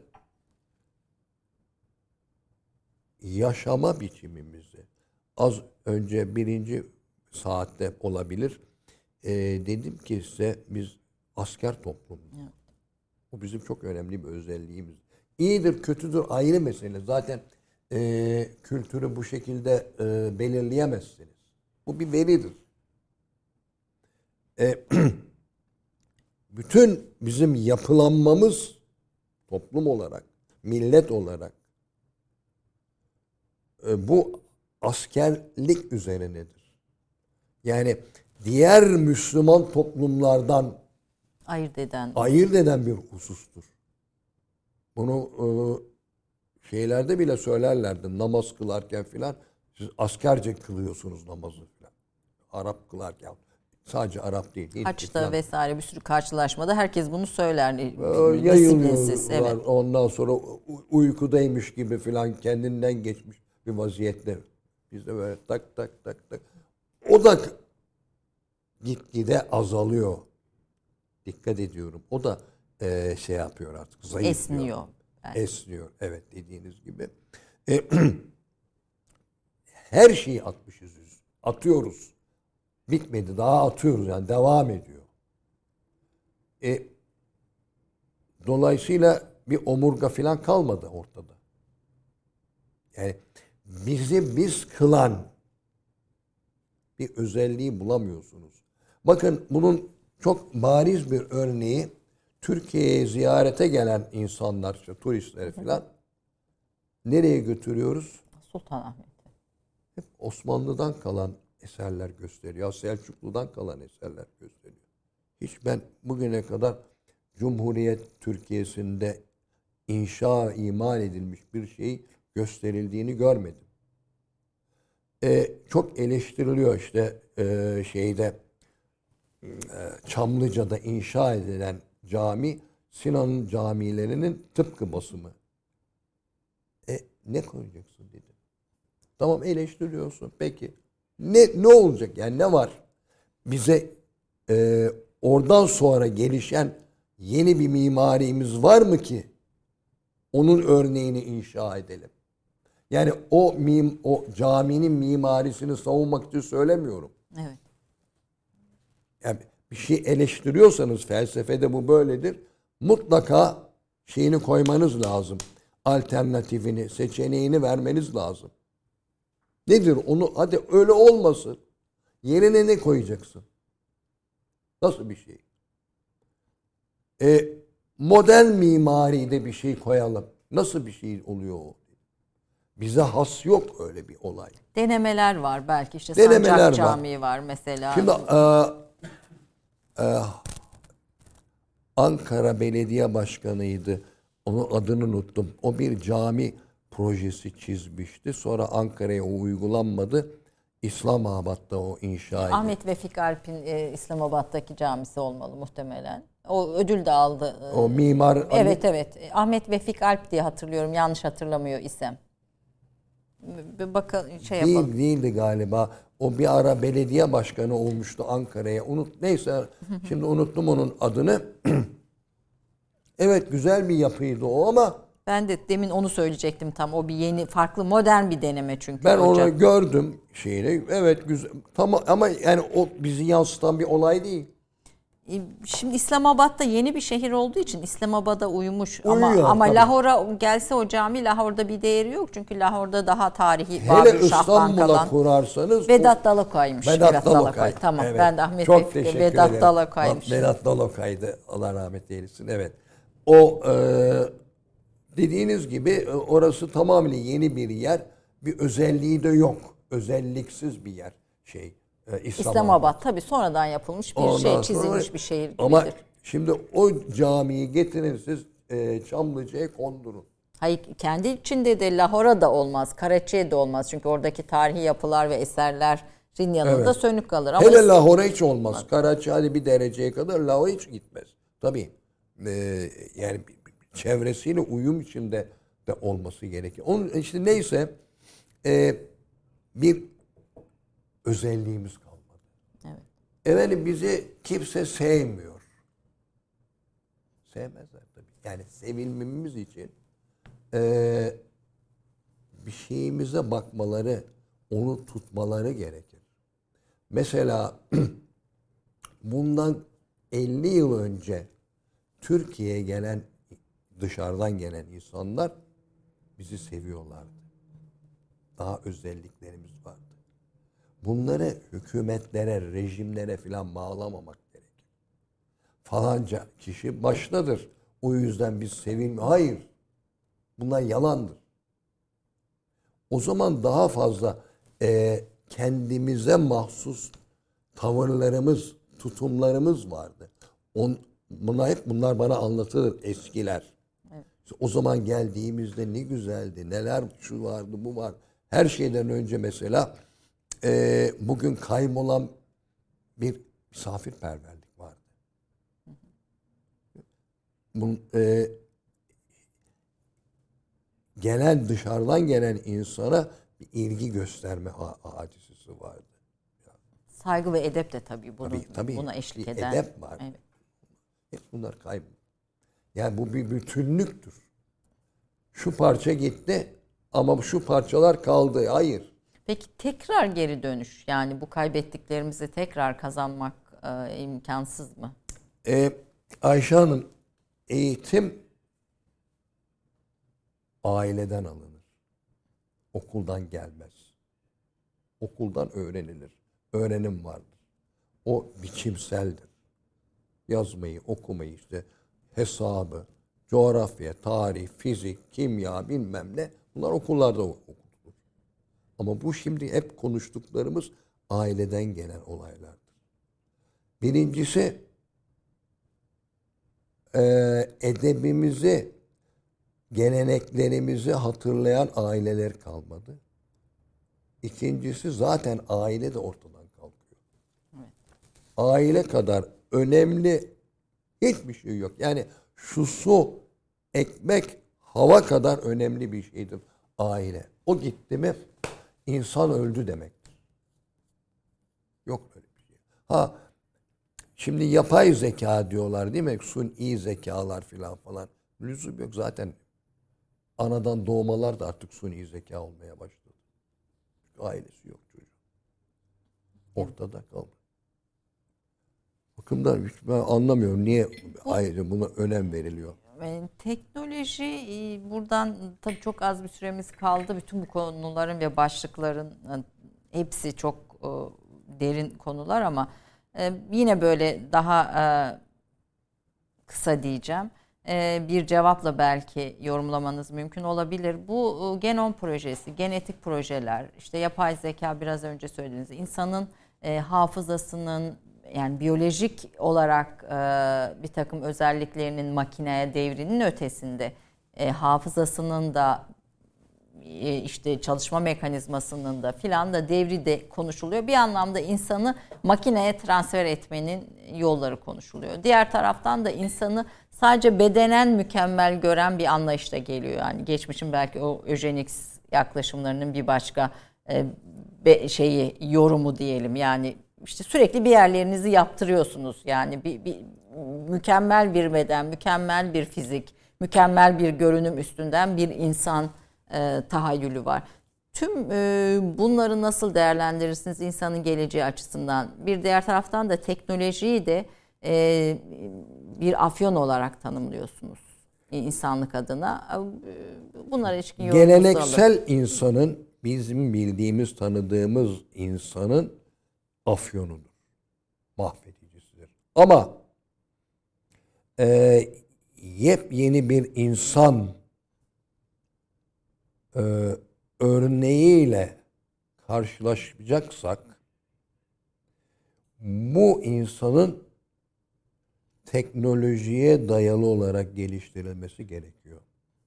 yaşama biçimimizi. Az önce birinci saatte olabilir. E, dedim ki size biz asker toplum. Evet. Bu bizim çok önemli bir özelliğimiz. İyidir, kötüdür ayrı mesele. Zaten e, kültürü bu şekilde e, belirleyemezsiniz. Bu bir veridir. E, bütün bizim yapılanmamız toplum olarak, millet olarak e, bu askerlik üzerinedir. Yani diğer Müslüman toplumlardan ayırt eden ayırt eden bir husustur. Bunu e, şeylerde bile söylerlerdi. Namaz kılarken filan siz askerce kılıyorsunuz namazı filan. Arap kılarken. Sadece Arap değil. Haçta vesaire bir sürü karşılaşmada herkes bunu söyler. Yayılıyorlar. Evet. Ondan sonra uykudaymış gibi filan kendinden geçmiş bir vaziyette. Biz de böyle tak tak tak tak. O da gitgide azalıyor. Dikkat ediyorum. O da e, şey yapıyor artık. Zayıflıyor. Esniyor. Yani. Esniyor. Evet dediğiniz gibi. E, her şeyi atmışız. Atıyoruz. Bitmedi. Daha atıyoruz. Yani devam ediyor. E, dolayısıyla bir omurga falan kalmadı ortada. Yani bizi biz kılan bir özelliği bulamıyorsunuz. Bakın bunun çok bariz bir örneği Türkiye'ye ziyarete gelen insanlar, işte turistleri falan nereye götürüyoruz? Sultanahmet'e. Hep Osmanlı'dan kalan eserler gösteriyor. Selçuklu'dan kalan eserler gösteriyor. Hiç ben bugüne kadar Cumhuriyet Türkiye'sinde inşa, imal edilmiş bir şey gösterildiğini görmedim. Ee, çok eleştiriliyor işte e, şeyde e, Çamlıca'da inşa edilen cami Sinan'ın camilerinin tıpkı basımı. E ne koyacaksın dedi. Tamam eleştiriyorsun. Peki ne ne olacak yani ne var? Bize e, oradan sonra gelişen yeni bir mimarimiz var mı ki onun örneğini inşa edelim? Yani o mim, o caminin mimarisini savunmak için söylemiyorum. Evet. Yani bir şey eleştiriyorsanız felsefede bu böyledir. Mutlaka şeyini koymanız lazım. Alternatifini, seçeneğini vermeniz lazım. Nedir onu? Hadi öyle olmasın. Yerine ne koyacaksın? Nasıl bir şey? E, modern mimaride bir şey koyalım. Nasıl bir şey oluyor o? Bize has yok öyle bir olay. Denemeler var belki işte Denemeler Sancak var. Camii var mesela. Şimdi e, e, Ankara Belediye Başkanı'ydı. Onun adını unuttum. O bir cami projesi çizmişti. Sonra Ankara'ya o uygulanmadı. İslamabad'da o inşa edildi. Ahmet Vefik Alp'in e, İslamabad'daki camisi olmalı muhtemelen. O ödül de aldı. O mimar... Evet evet. Ahmet Vefik Alp diye hatırlıyorum. Yanlış hatırlamıyor isem. Bir bakalım şey Değil, yapalım. değildi galiba. O bir ara belediye başkanı olmuştu Ankara'ya. Unut, neyse şimdi unuttum onun adını. Evet güzel bir yapıydı o ama Ben de demin onu söyleyecektim tam. O bir yeni, farklı, modern bir deneme çünkü. ben hocam. onu gördüm şeyini. Evet güzel. Tamam ama yani o bizi yansıtan bir olay değil. Şimdi İslamabad'da yeni bir şehir olduğu için İslamabad'a uymuş. Uyuyor, ama ama tabii. Lahor'a gelse o cami, Lahor'da bir değeri yok. Çünkü Lahor'da daha tarihi Hele Babür Şah'tan İstanbul'a kalan. kurarsanız Vedat Dalakay'mış. Vedat, Vedat Dalakay. Dalakay. Tamam. Evet. Ben de Ahmet Çok Vefik teşekkür Vedat ederim. Dalakay'mış. Vedat Dalakay'dı. Allah rahmet eylesin. Evet. O e, dediğiniz gibi orası tamamen yeni bir yer. Bir özelliği de yok. Özelliksiz bir yer. Şey e, İslamabad. İslamabad tabii sonradan yapılmış bir Ondan şey, sonra- çizilmiş bir şehir gibidir. Ama şimdi o camiyi getirin siz e, Çamlıca'ya kondurun. Hayır, kendi içinde de Lahora da olmaz, Karaçi'ye de olmaz. Çünkü oradaki tarihi yapılar ve eserlerin yanında Evet. sönük kalır. Ama Hele Lahora hiç olmaz. Karaçi hadi bir dereceye kadar Lahora hiç gitmez. Tabii. Ee, yani çevresiyle uyum içinde de olması gerekir. Onun işte neyse e, bir özelliğimiz kalmadı. Evet. Efendim bizi kimse sevmiyor. Sevmezler tabii. Yani sevilmemiz için e, bir şeyimize bakmaları, onu tutmaları gerekir. Mesela bundan elli yıl önce Türkiye'ye gelen, dışarıdan gelen insanlar bizi seviyorlardı. Daha özelliklerimiz vardı. Bunları hükümetlere, rejimlere filan bağlamamak gerekir. Falanca kişi baştadır. O yüzden biz sevilmiyoruz. Hayır. Bunlar yalandır. O zaman daha fazla e, kendimize mahsus tavırlarımız, tutumlarımız vardı. On, buna hep bunlar bana anlatılır eskiler. Evet. O zaman geldiğimizde ne güzeldi, neler şu vardı, bu var. Her şeyden önce mesela e, bugün kaybolan bir misafirperverlik vardı. Bunun, e, gelen dışarıdan gelen insana bir ilgi gösterme hadisesi vardı. Saygı ve edep de tabii, bunu, Tabii, tabii. buna eşlik Bir eden. edep var. Evet. Hep bunlar kayboluyor. Yani bu bir bütünlüktür. Şu parça gitti ama şu parçalar kaldı. Hayır. Peki tekrar geri dönüş, yani bu kaybettiklerimizi tekrar kazanmak e, imkansız mı? Ee, Ayşe Hanım, eğitim aileden alınır. Okuldan gelmez. Okuldan öğrenilir. Öğrenim vardır. O biçimseldir. Yazmayı, okumayı, işte hesabı, coğrafya, tarih, fizik, kimya bilmem ne, bunlar okullarda okutulur. Ama bu şimdi hep konuştuklarımız aileden gelen olaylardır. Birincisi e, edebimizi, geleneklerimizi hatırlayan aileler kalmadı. İkincisi zaten aile de ortadan kalkıyor. Evet. Aile kadar önemli hiçbir şey yok. Yani şu su, ekmek, hava kadar önemli bir şeydir aile. O gitti mi insan öldü demektir. Yok öyle bir şey. Ha şimdi yapay zeka diyorlar değil mi? Suni zekalar filan falan. Lüzum yok zaten. Anadan doğmalar da artık suni zeka olmaya başladı. Ailesi yok çocuğun. Ortada kaldı. Bakımdan ben anlamıyorum niye ayrı buna önem veriliyor. Teknoloji, buradan tabii çok az bir süremiz kaldı. Bütün bu konuların ve başlıkların hepsi çok derin konular ama yine böyle daha kısa diyeceğim. Bir cevapla belki yorumlamanız mümkün olabilir. Bu genom projesi, genetik projeler, işte yapay zeka biraz önce söylediğiniz insanın hafızasının, yani biyolojik olarak e, bir takım özelliklerinin makineye devrinin ötesinde e, hafızasının da e, işte çalışma mekanizmasının da filan da devri de konuşuluyor. Bir anlamda insanı makineye transfer etmenin yolları konuşuluyor. Diğer taraftan da insanı sadece bedenen mükemmel gören bir anlayış da geliyor. Yani geçmişin belki o eugenics yaklaşımlarının bir başka e, be, şeyi yorumu diyelim. Yani İşte sürekli bir yerlerinizi yaptırıyorsunuz. Yani bir, bir mükemmel bir beden, mükemmel bir fizik, mükemmel bir görünüm üstünden bir insan e, tahayyülü var. Tüm e, bunları nasıl değerlendirirsiniz insanın geleceği açısından? Bir diğer taraftan da teknolojiyi de e, bir afyon olarak tanımlıyorsunuz insanlık adına. Bunlara ilişkin yorumunuzu alın. Geleneksel insanın, bizim bildiğimiz, tanıdığımız insanın afyonudur. Mahvedicisidir. Ama e, yepyeni bir insan e, örneğiyle karşılaşacaksak bu insanın teknolojiye dayalı olarak geliştirilmesi gerekiyor.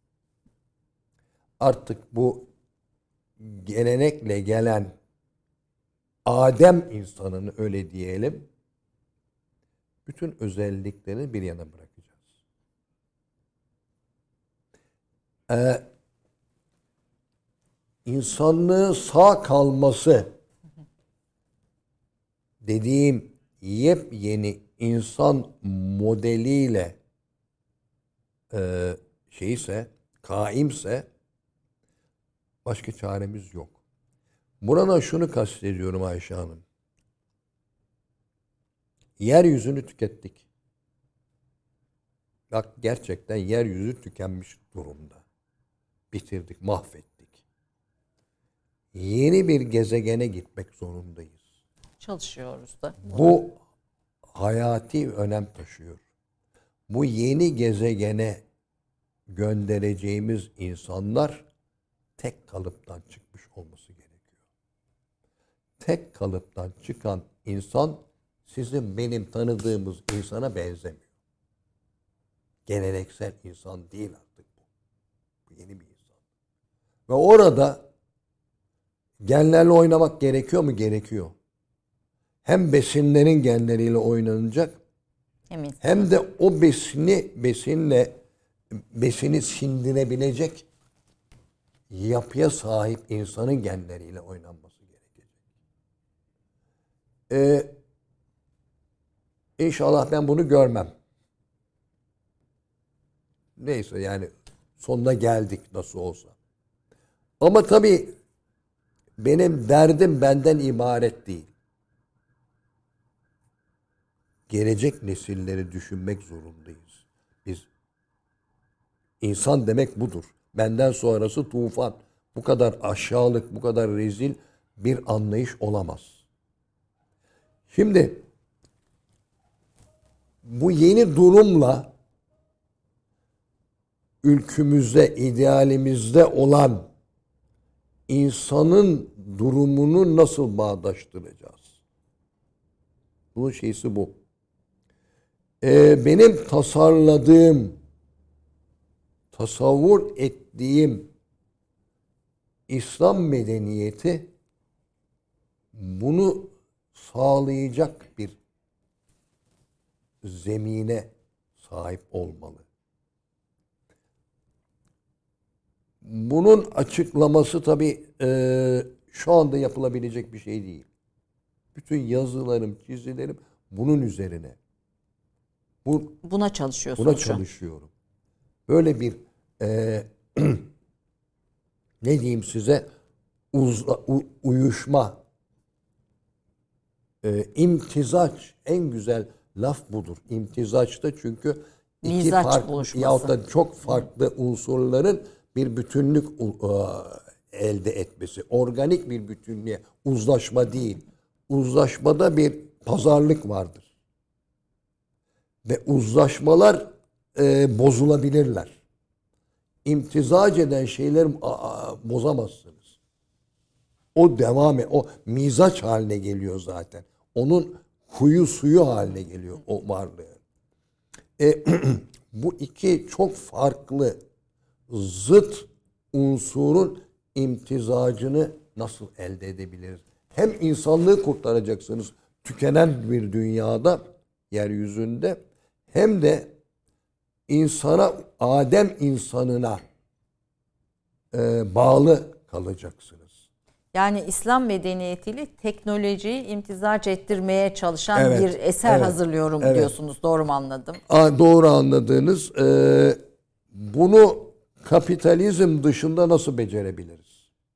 Artık bu gelenekle gelen Adem insanını, öyle diyelim, bütün özelliklerini bir yana bırakacağız. Ee, insanlığı sağ kalması dediğim yepyeni insan modeliyle e, şeyse, kaimse başka çaremiz yok. Burada şunu kastediyorum Ayşe Hanım. Yeryüzünü tükettik. Bak, gerçekten yeryüzü tükenmiş durumda. Bitirdik, mahvettik. Yeni bir gezegene gitmek zorundayız. Çalışıyoruz da. Bu hayati önem taşıyor. Bu yeni gezegene göndereceğimiz insanlar tek kalıptan çıkmış olması gerekiyor. Tek kalıptan çıkan insan sizin benim tanıdığımız insana benzemiyor. Geleneksel insan değil artık bu. Bu yeni bir insan. Ve orada genlerle oynamak gerekiyor mu? Gerekiyor. Hem besinlerin genleriyle oynanacak, Emin. hem de o besini besinle besini sindirebilecek yapıya sahip insanın genleriyle oynanması gerekecek. Ee, inşallah ben bunu görmem. Neyse, yani sonuna geldik nasıl olsa. Ama tabii benim derdim benden ibaret değil. Gelecek nesilleri düşünmek zorundayız. Biz, insan demek budur. Benden sonrası tufan. Bu kadar aşağılık, bu kadar rezil bir anlayış olamaz. Şimdi bu yeni durumla ülkümüzde, idealimizde olan insanın durumunu nasıl bağdaştıracağız? Bunun şeysi bu. Ee, benim tasarladığım, tasavvur ettiğim İslam medeniyeti bunu sağlayacak bir zemine sahip olmalı. Bunun açıklaması tabii e, şu anda yapılabilecek bir şey değil. Bütün yazılarım, çizilerim bunun üzerine. Bu, buna çalışıyorsunuz. Buna çalışıyorum. Böyle bir e, ne diyeyim size, uzla, u, uyuşma, e, imtizaç, en güzel laf budur. İmtizaçta, çünkü iki Mizaç farklı buluşması. yahut da çok farklı unsurların bir bütünlük elde etmesi. Organik bir bütünlüğe, uzlaşma değil. Uzlaşmada bir pazarlık vardır. Ve uzlaşmalar e, bozulabilirler. İmtizac eden şeyler aa, bozamazsınız. O devam et, o mizaç haline geliyor zaten. Onun huyu suyu haline geliyor o varlığı. E, bu iki çok farklı zıt unsurun imtizacını nasıl elde edebiliriz? Hem insanlığı kurtaracaksınız tükenen bir dünyada, yeryüzünde, hem de insana, Adem insanına e, bağlı kalacaksınız. Yani İslam medeniyetiyle teknolojiyi imtizac ettirmeye çalışan Evet, bir eser evet, hazırlıyorum evet. diyorsunuz. Doğru mu anladım? A, doğru anladığınız. E, bunu kapitalizm dışında nasıl becerebiliriz?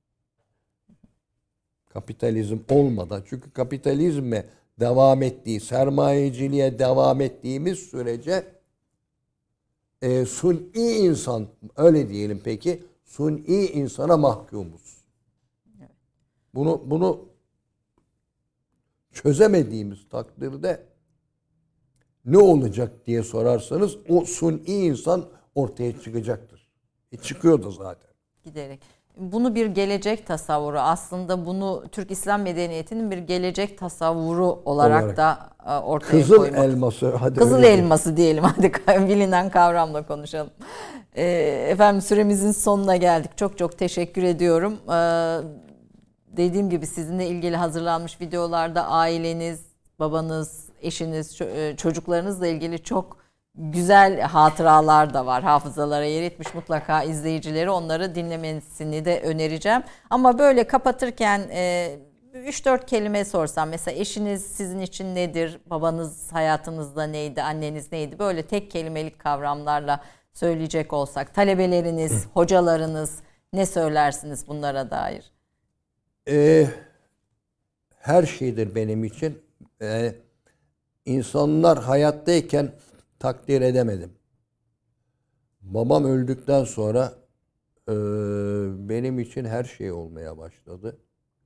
Kapitalizm olmadan. Çünkü kapitalizme devam ettiği, sermayeciliğe devam ettiğimiz sürece e, suni insan, öyle diyelim peki, suni insana mahkumuz. Bunu bunu çözemediğimiz takdirde ne olacak diye sorarsanız o suni insan ortaya çıkacaktır. E çıkıyor da zaten. Giderek. Bunu bir gelecek tasavvuru, aslında bunu Türk İslam medeniyetinin bir gelecek tasavvuru olarak, olarak. da ortaya Kızıl koymak. Kızıl elması. Hadi Kızıl elması diyelim. Hadi bilinen kavramla konuşalım. Ee, efendim süremizin sonuna geldik. Çok çok teşekkür ediyorum. Ee, dediğim gibi sizinle ilgili hazırlanmış videolarda aileniz, babanız, eşiniz, çocuklarınızla ilgili çok güzel hatıralar da var. Hafızalara yer etmiş, mutlaka izleyicileri onları dinlemesini de önereceğim. Ama böyle kapatırken üç dört kelime sorsam, mesela eşiniz sizin için nedir? Babanız hayatınızda neydi? Anneniz neydi? Böyle tek kelimelik kavramlarla söyleyecek olsak, talebeleriniz, hocalarınız, ne söylersiniz bunlara dair? Ee, her şeydir benim için. Ee, insanlar hayattayken takdir edemedim. Babam öldükten sonra e, benim için her şey olmaya başladı.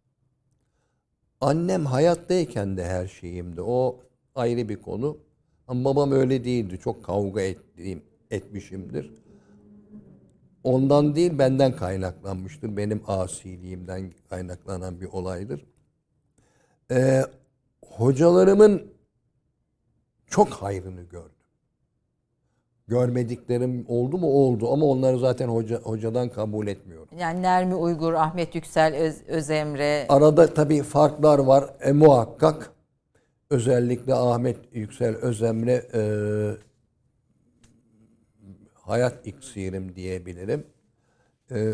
Annem hayattayken de her şeyimdi. O ayrı bir konu. Ama babam öyle değildi. Çok kavga ettiğim, etmişimdir. Ondan değil, benden kaynaklanmıştır. Benim asiliğimden kaynaklanan bir olaydır. Ee, hocalarımın çok hayrını gördüm. Görmediklerim oldu mu? Oldu. Ama onları zaten hoca, hocadan kabul etmiyorum. Yani Nermi Uygur, Ahmet Yüksel, Öz, Özemre. Arada tabii farklar var. E, muhakkak. Özellikle Ahmet Yüksel, Özemre e, hayat iksirim diyebilirim. Ee,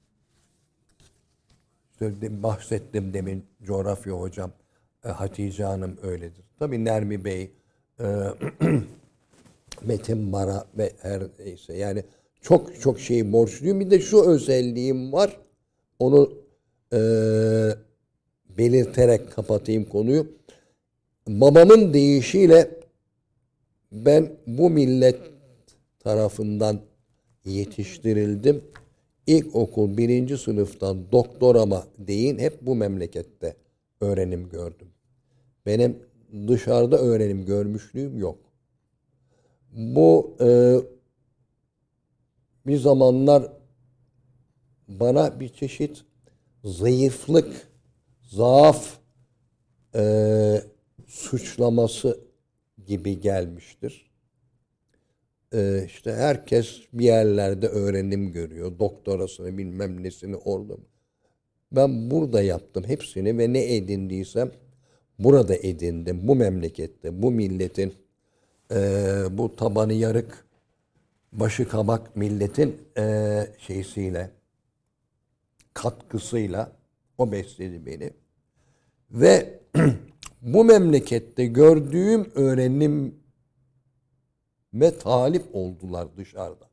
işte bahsettim demin coğrafya hocam, e, Hatice Hanım öyledir. Tabii Nermi Bey, e, Metin Mara ve her neyse, yani çok çok şey borçluyum. Bir de şu özelliğim var, onu e, belirterek kapatayım konuyu. Babamın deyişiyle ben bu millet tarafından yetiştirildim. İlkokul birinci sınıftan doktorama değin hep bu memlekette öğrenim gördüm. Benim dışarıda öğrenim görmüşlüğüm yok. Bu e, bir zamanlar bana bir çeşit zayıflık, zaaf e, suçlaması gibi gelmiştir. Ee, işte herkes bir yerlerde öğrenim görüyor. Doktorasını bilmem nesini orada. Ben burada yaptım hepsini ve ne edindiysem burada edindim. Bu memlekette, bu milletin, e, bu tabanı yarık, başı kabak milletin e, şeysiyle, katkısıyla o besledi beni. Ve bu memlekette gördüğüm öğrenim ve talip oldular dışarıda.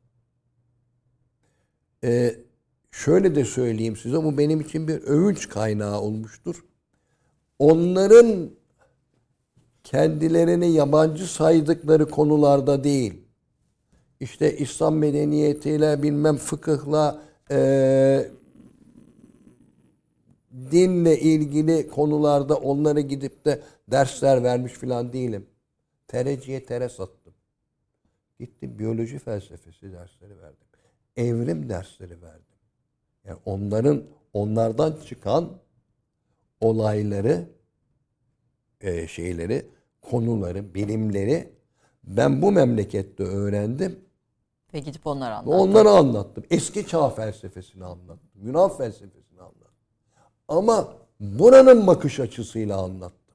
Ee, şöyle de söyleyeyim size, bu benim için bir övünç kaynağı olmuştur. Onların kendilerini yabancı saydıkları konularda değil, işte İslam medeniyetiyle bilmem fıkıhla e, dinle ilgili konularda onlara gidip de dersler vermiş falan değilim. Tereciye tere sattım. Gittim biyoloji felsefesi dersleri verdim. Evrim dersleri verdim. Yani onların onlardan çıkan olayları, e, şeyleri, konuları, bilimleri ben bu memlekette öğrendim. Ve gidip onları anlattım. Onları anlattım. Eski çağ felsefesini anlattım. Yunan felsefesini anlattım. Ama buranın bakış açısıyla anlattım.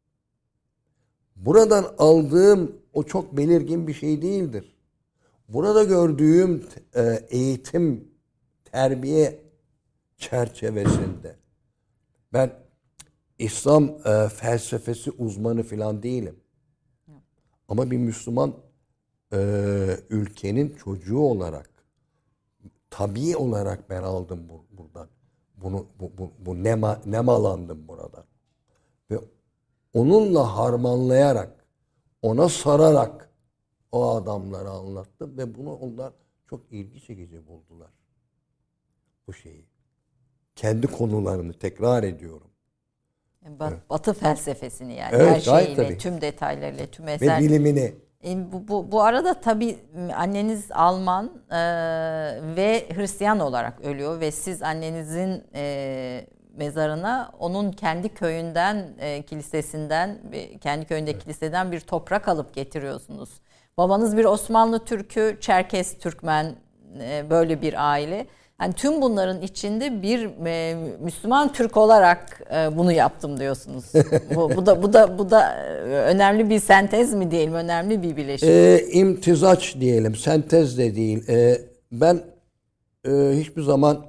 Buradan aldığım o çok belirgin bir şey değildir. Burada gördüğüm e, eğitim, terbiye çerçevesinde ben İslam e, felsefesi uzmanı falan değilim. Ama bir Müslüman e, ülkenin çocuğu olarak, tabii olarak ben aldım bu, buradan. Bunu bu, bu, bu nema, nemalandım buradan. Ve onunla harmanlayarak, ona sararak o adamlara anlattım ve bunu onlar çok ilgi çekici buldular. Bu şeyi. Kendi konularını tekrar ediyorum. Batı felsefesini yani Evet, her şeyiyle, tabii. tüm detaylarıyla, tüm eser. Ve bilimini. E, bu, bu, bu arada tabii anneniz Alman e, ve Hristiyan olarak ölüyor ve siz annenizin e, mezarına onun kendi köyünden, e, kilisesinden, kendi köyündeki kiliseden bir toprak alıp getiriyorsunuz. Babanız bir Osmanlı Türk'ü, Çerkes Türkmen, e, böyle bir aile. Yani tüm bunların içinde bir e, Müslüman Türk olarak e, bunu yaptım diyorsunuz. bu, bu da bu da bu da önemli bir sentez mi diyelim, önemli bir bileşim. E, imtizaç diyelim, sentez de değil. E, ben e, hiçbir zaman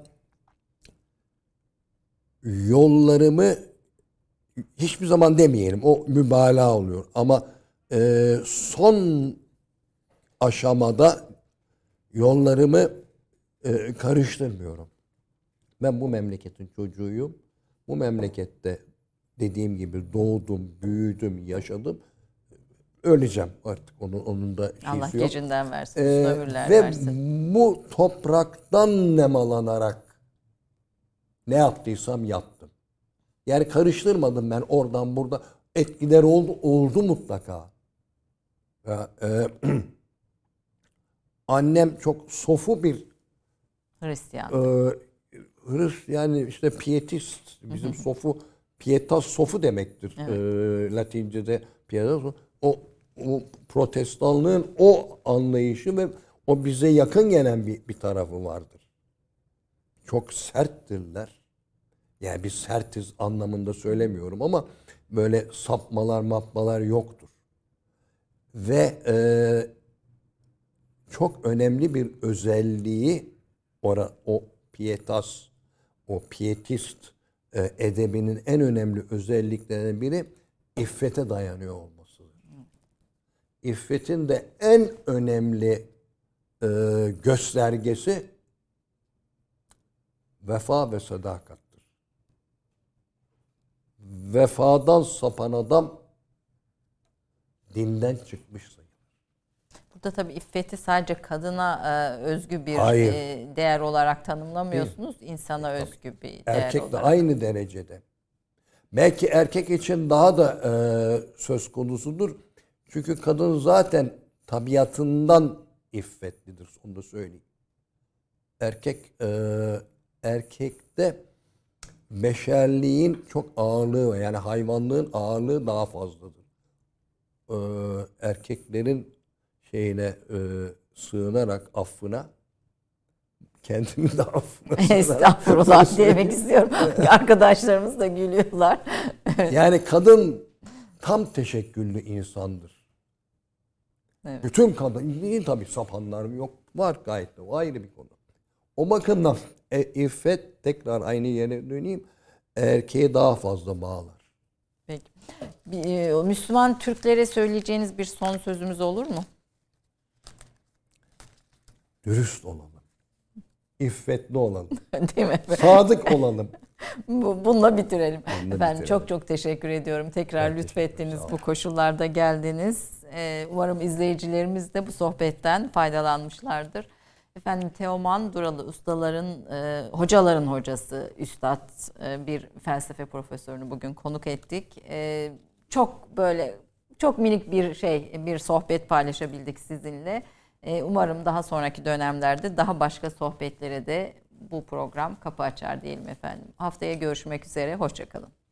yollarımı hiçbir zaman demeyelim, o mübalağa oluyor. Ama e, son aşamada yollarımı e, karıştırmıyorum. Ben bu memleketin çocuğuyum. Bu memlekette dediğim gibi doğdum, büyüdüm, yaşadım. Öleceğim artık. Onun, onun da şeysi Allah yok. gecinden versin, Ee, ömürler ve versin. bu topraktan nemalanarak ne yaptıysam yaptım. Yani karıştırmadım ben oradan burada. Etkiler oldu, oldu mutlaka. Ya, e, annem çok sofu bir Hristiyan. e, Hristiyan, yani işte pietist. Bizim hı hı. sofu, pietas sofu demektir. Evet. E, Latince'de pietas. O, o protestanlığın o anlayışı ve o bize yakın gelen bir, bir tarafı vardır. Çok serttirler. Yani biz sertiz anlamında söylemiyorum ama böyle sapmalar mapmalar yoktur. Ve e, çok önemli bir özelliği ora, o pietas, o pietist e, edebinin en önemli özelliklerinden biri iffete dayanıyor olmasıdır. İffetin de en önemli e, göstergesi vefa ve sadakattır. Vefadan sapan adam dinden çıkmış sayılır. Burada tabii iffeti sadece kadına e, özgü bir e, değer olarak tanımlamıyorsunuz. Değil. İnsana tabii. özgü bir değer Erkek olarak. de aynı derecede. Belki erkek için daha da e, söz konusudur. Çünkü kadın zaten tabiatından iffetlidir. Onu da söyleyeyim. Erkek e, erkekte beşerliğin çok ağırlığı var. Yani hayvanlığın ağırlığı daha fazladır. E, erkeklerin şeyine e, sığınarak affına, kendimi de affına sığınarak. Estağfurullah demek istiyorum. Arkadaşlarımız da gülüyorlar. Yani kadın tam teşekküllü insandır. Evet. Bütün kadın, değil tabii sapanlar yok. Var gayet de, o ayrı bir konu. O bakımdan e, iffet, tekrar aynı yere döneyim, erkeğe daha fazla bağlar. Peki. Bir, e, Müslüman Türklere söyleyeceğiniz bir son sözümüz olur mu? Dürüst olalım. İffetli olalım. Değil mi? Sadık olalım. Bununla bitirelim. Bununla Efendim bitirelim. çok çok teşekkür ediyorum. Tekrar ben lütfettiniz, bu koşullarda geldiniz. Ee, umarım izleyicilerimiz de bu sohbetten faydalanmışlardır. Efendim Teoman Duralı ustaların, e, hocaların hocası, üstad e, bir felsefe profesörünü bugün konuk ettik. E, çok böyle çok minik bir şey, bir sohbet paylaşabildik sizinle. E, umarım daha sonraki dönemlerde daha başka sohbetlere de bu program kapı açar diyelim efendim. Haftaya görüşmek üzere, hoşça kalın.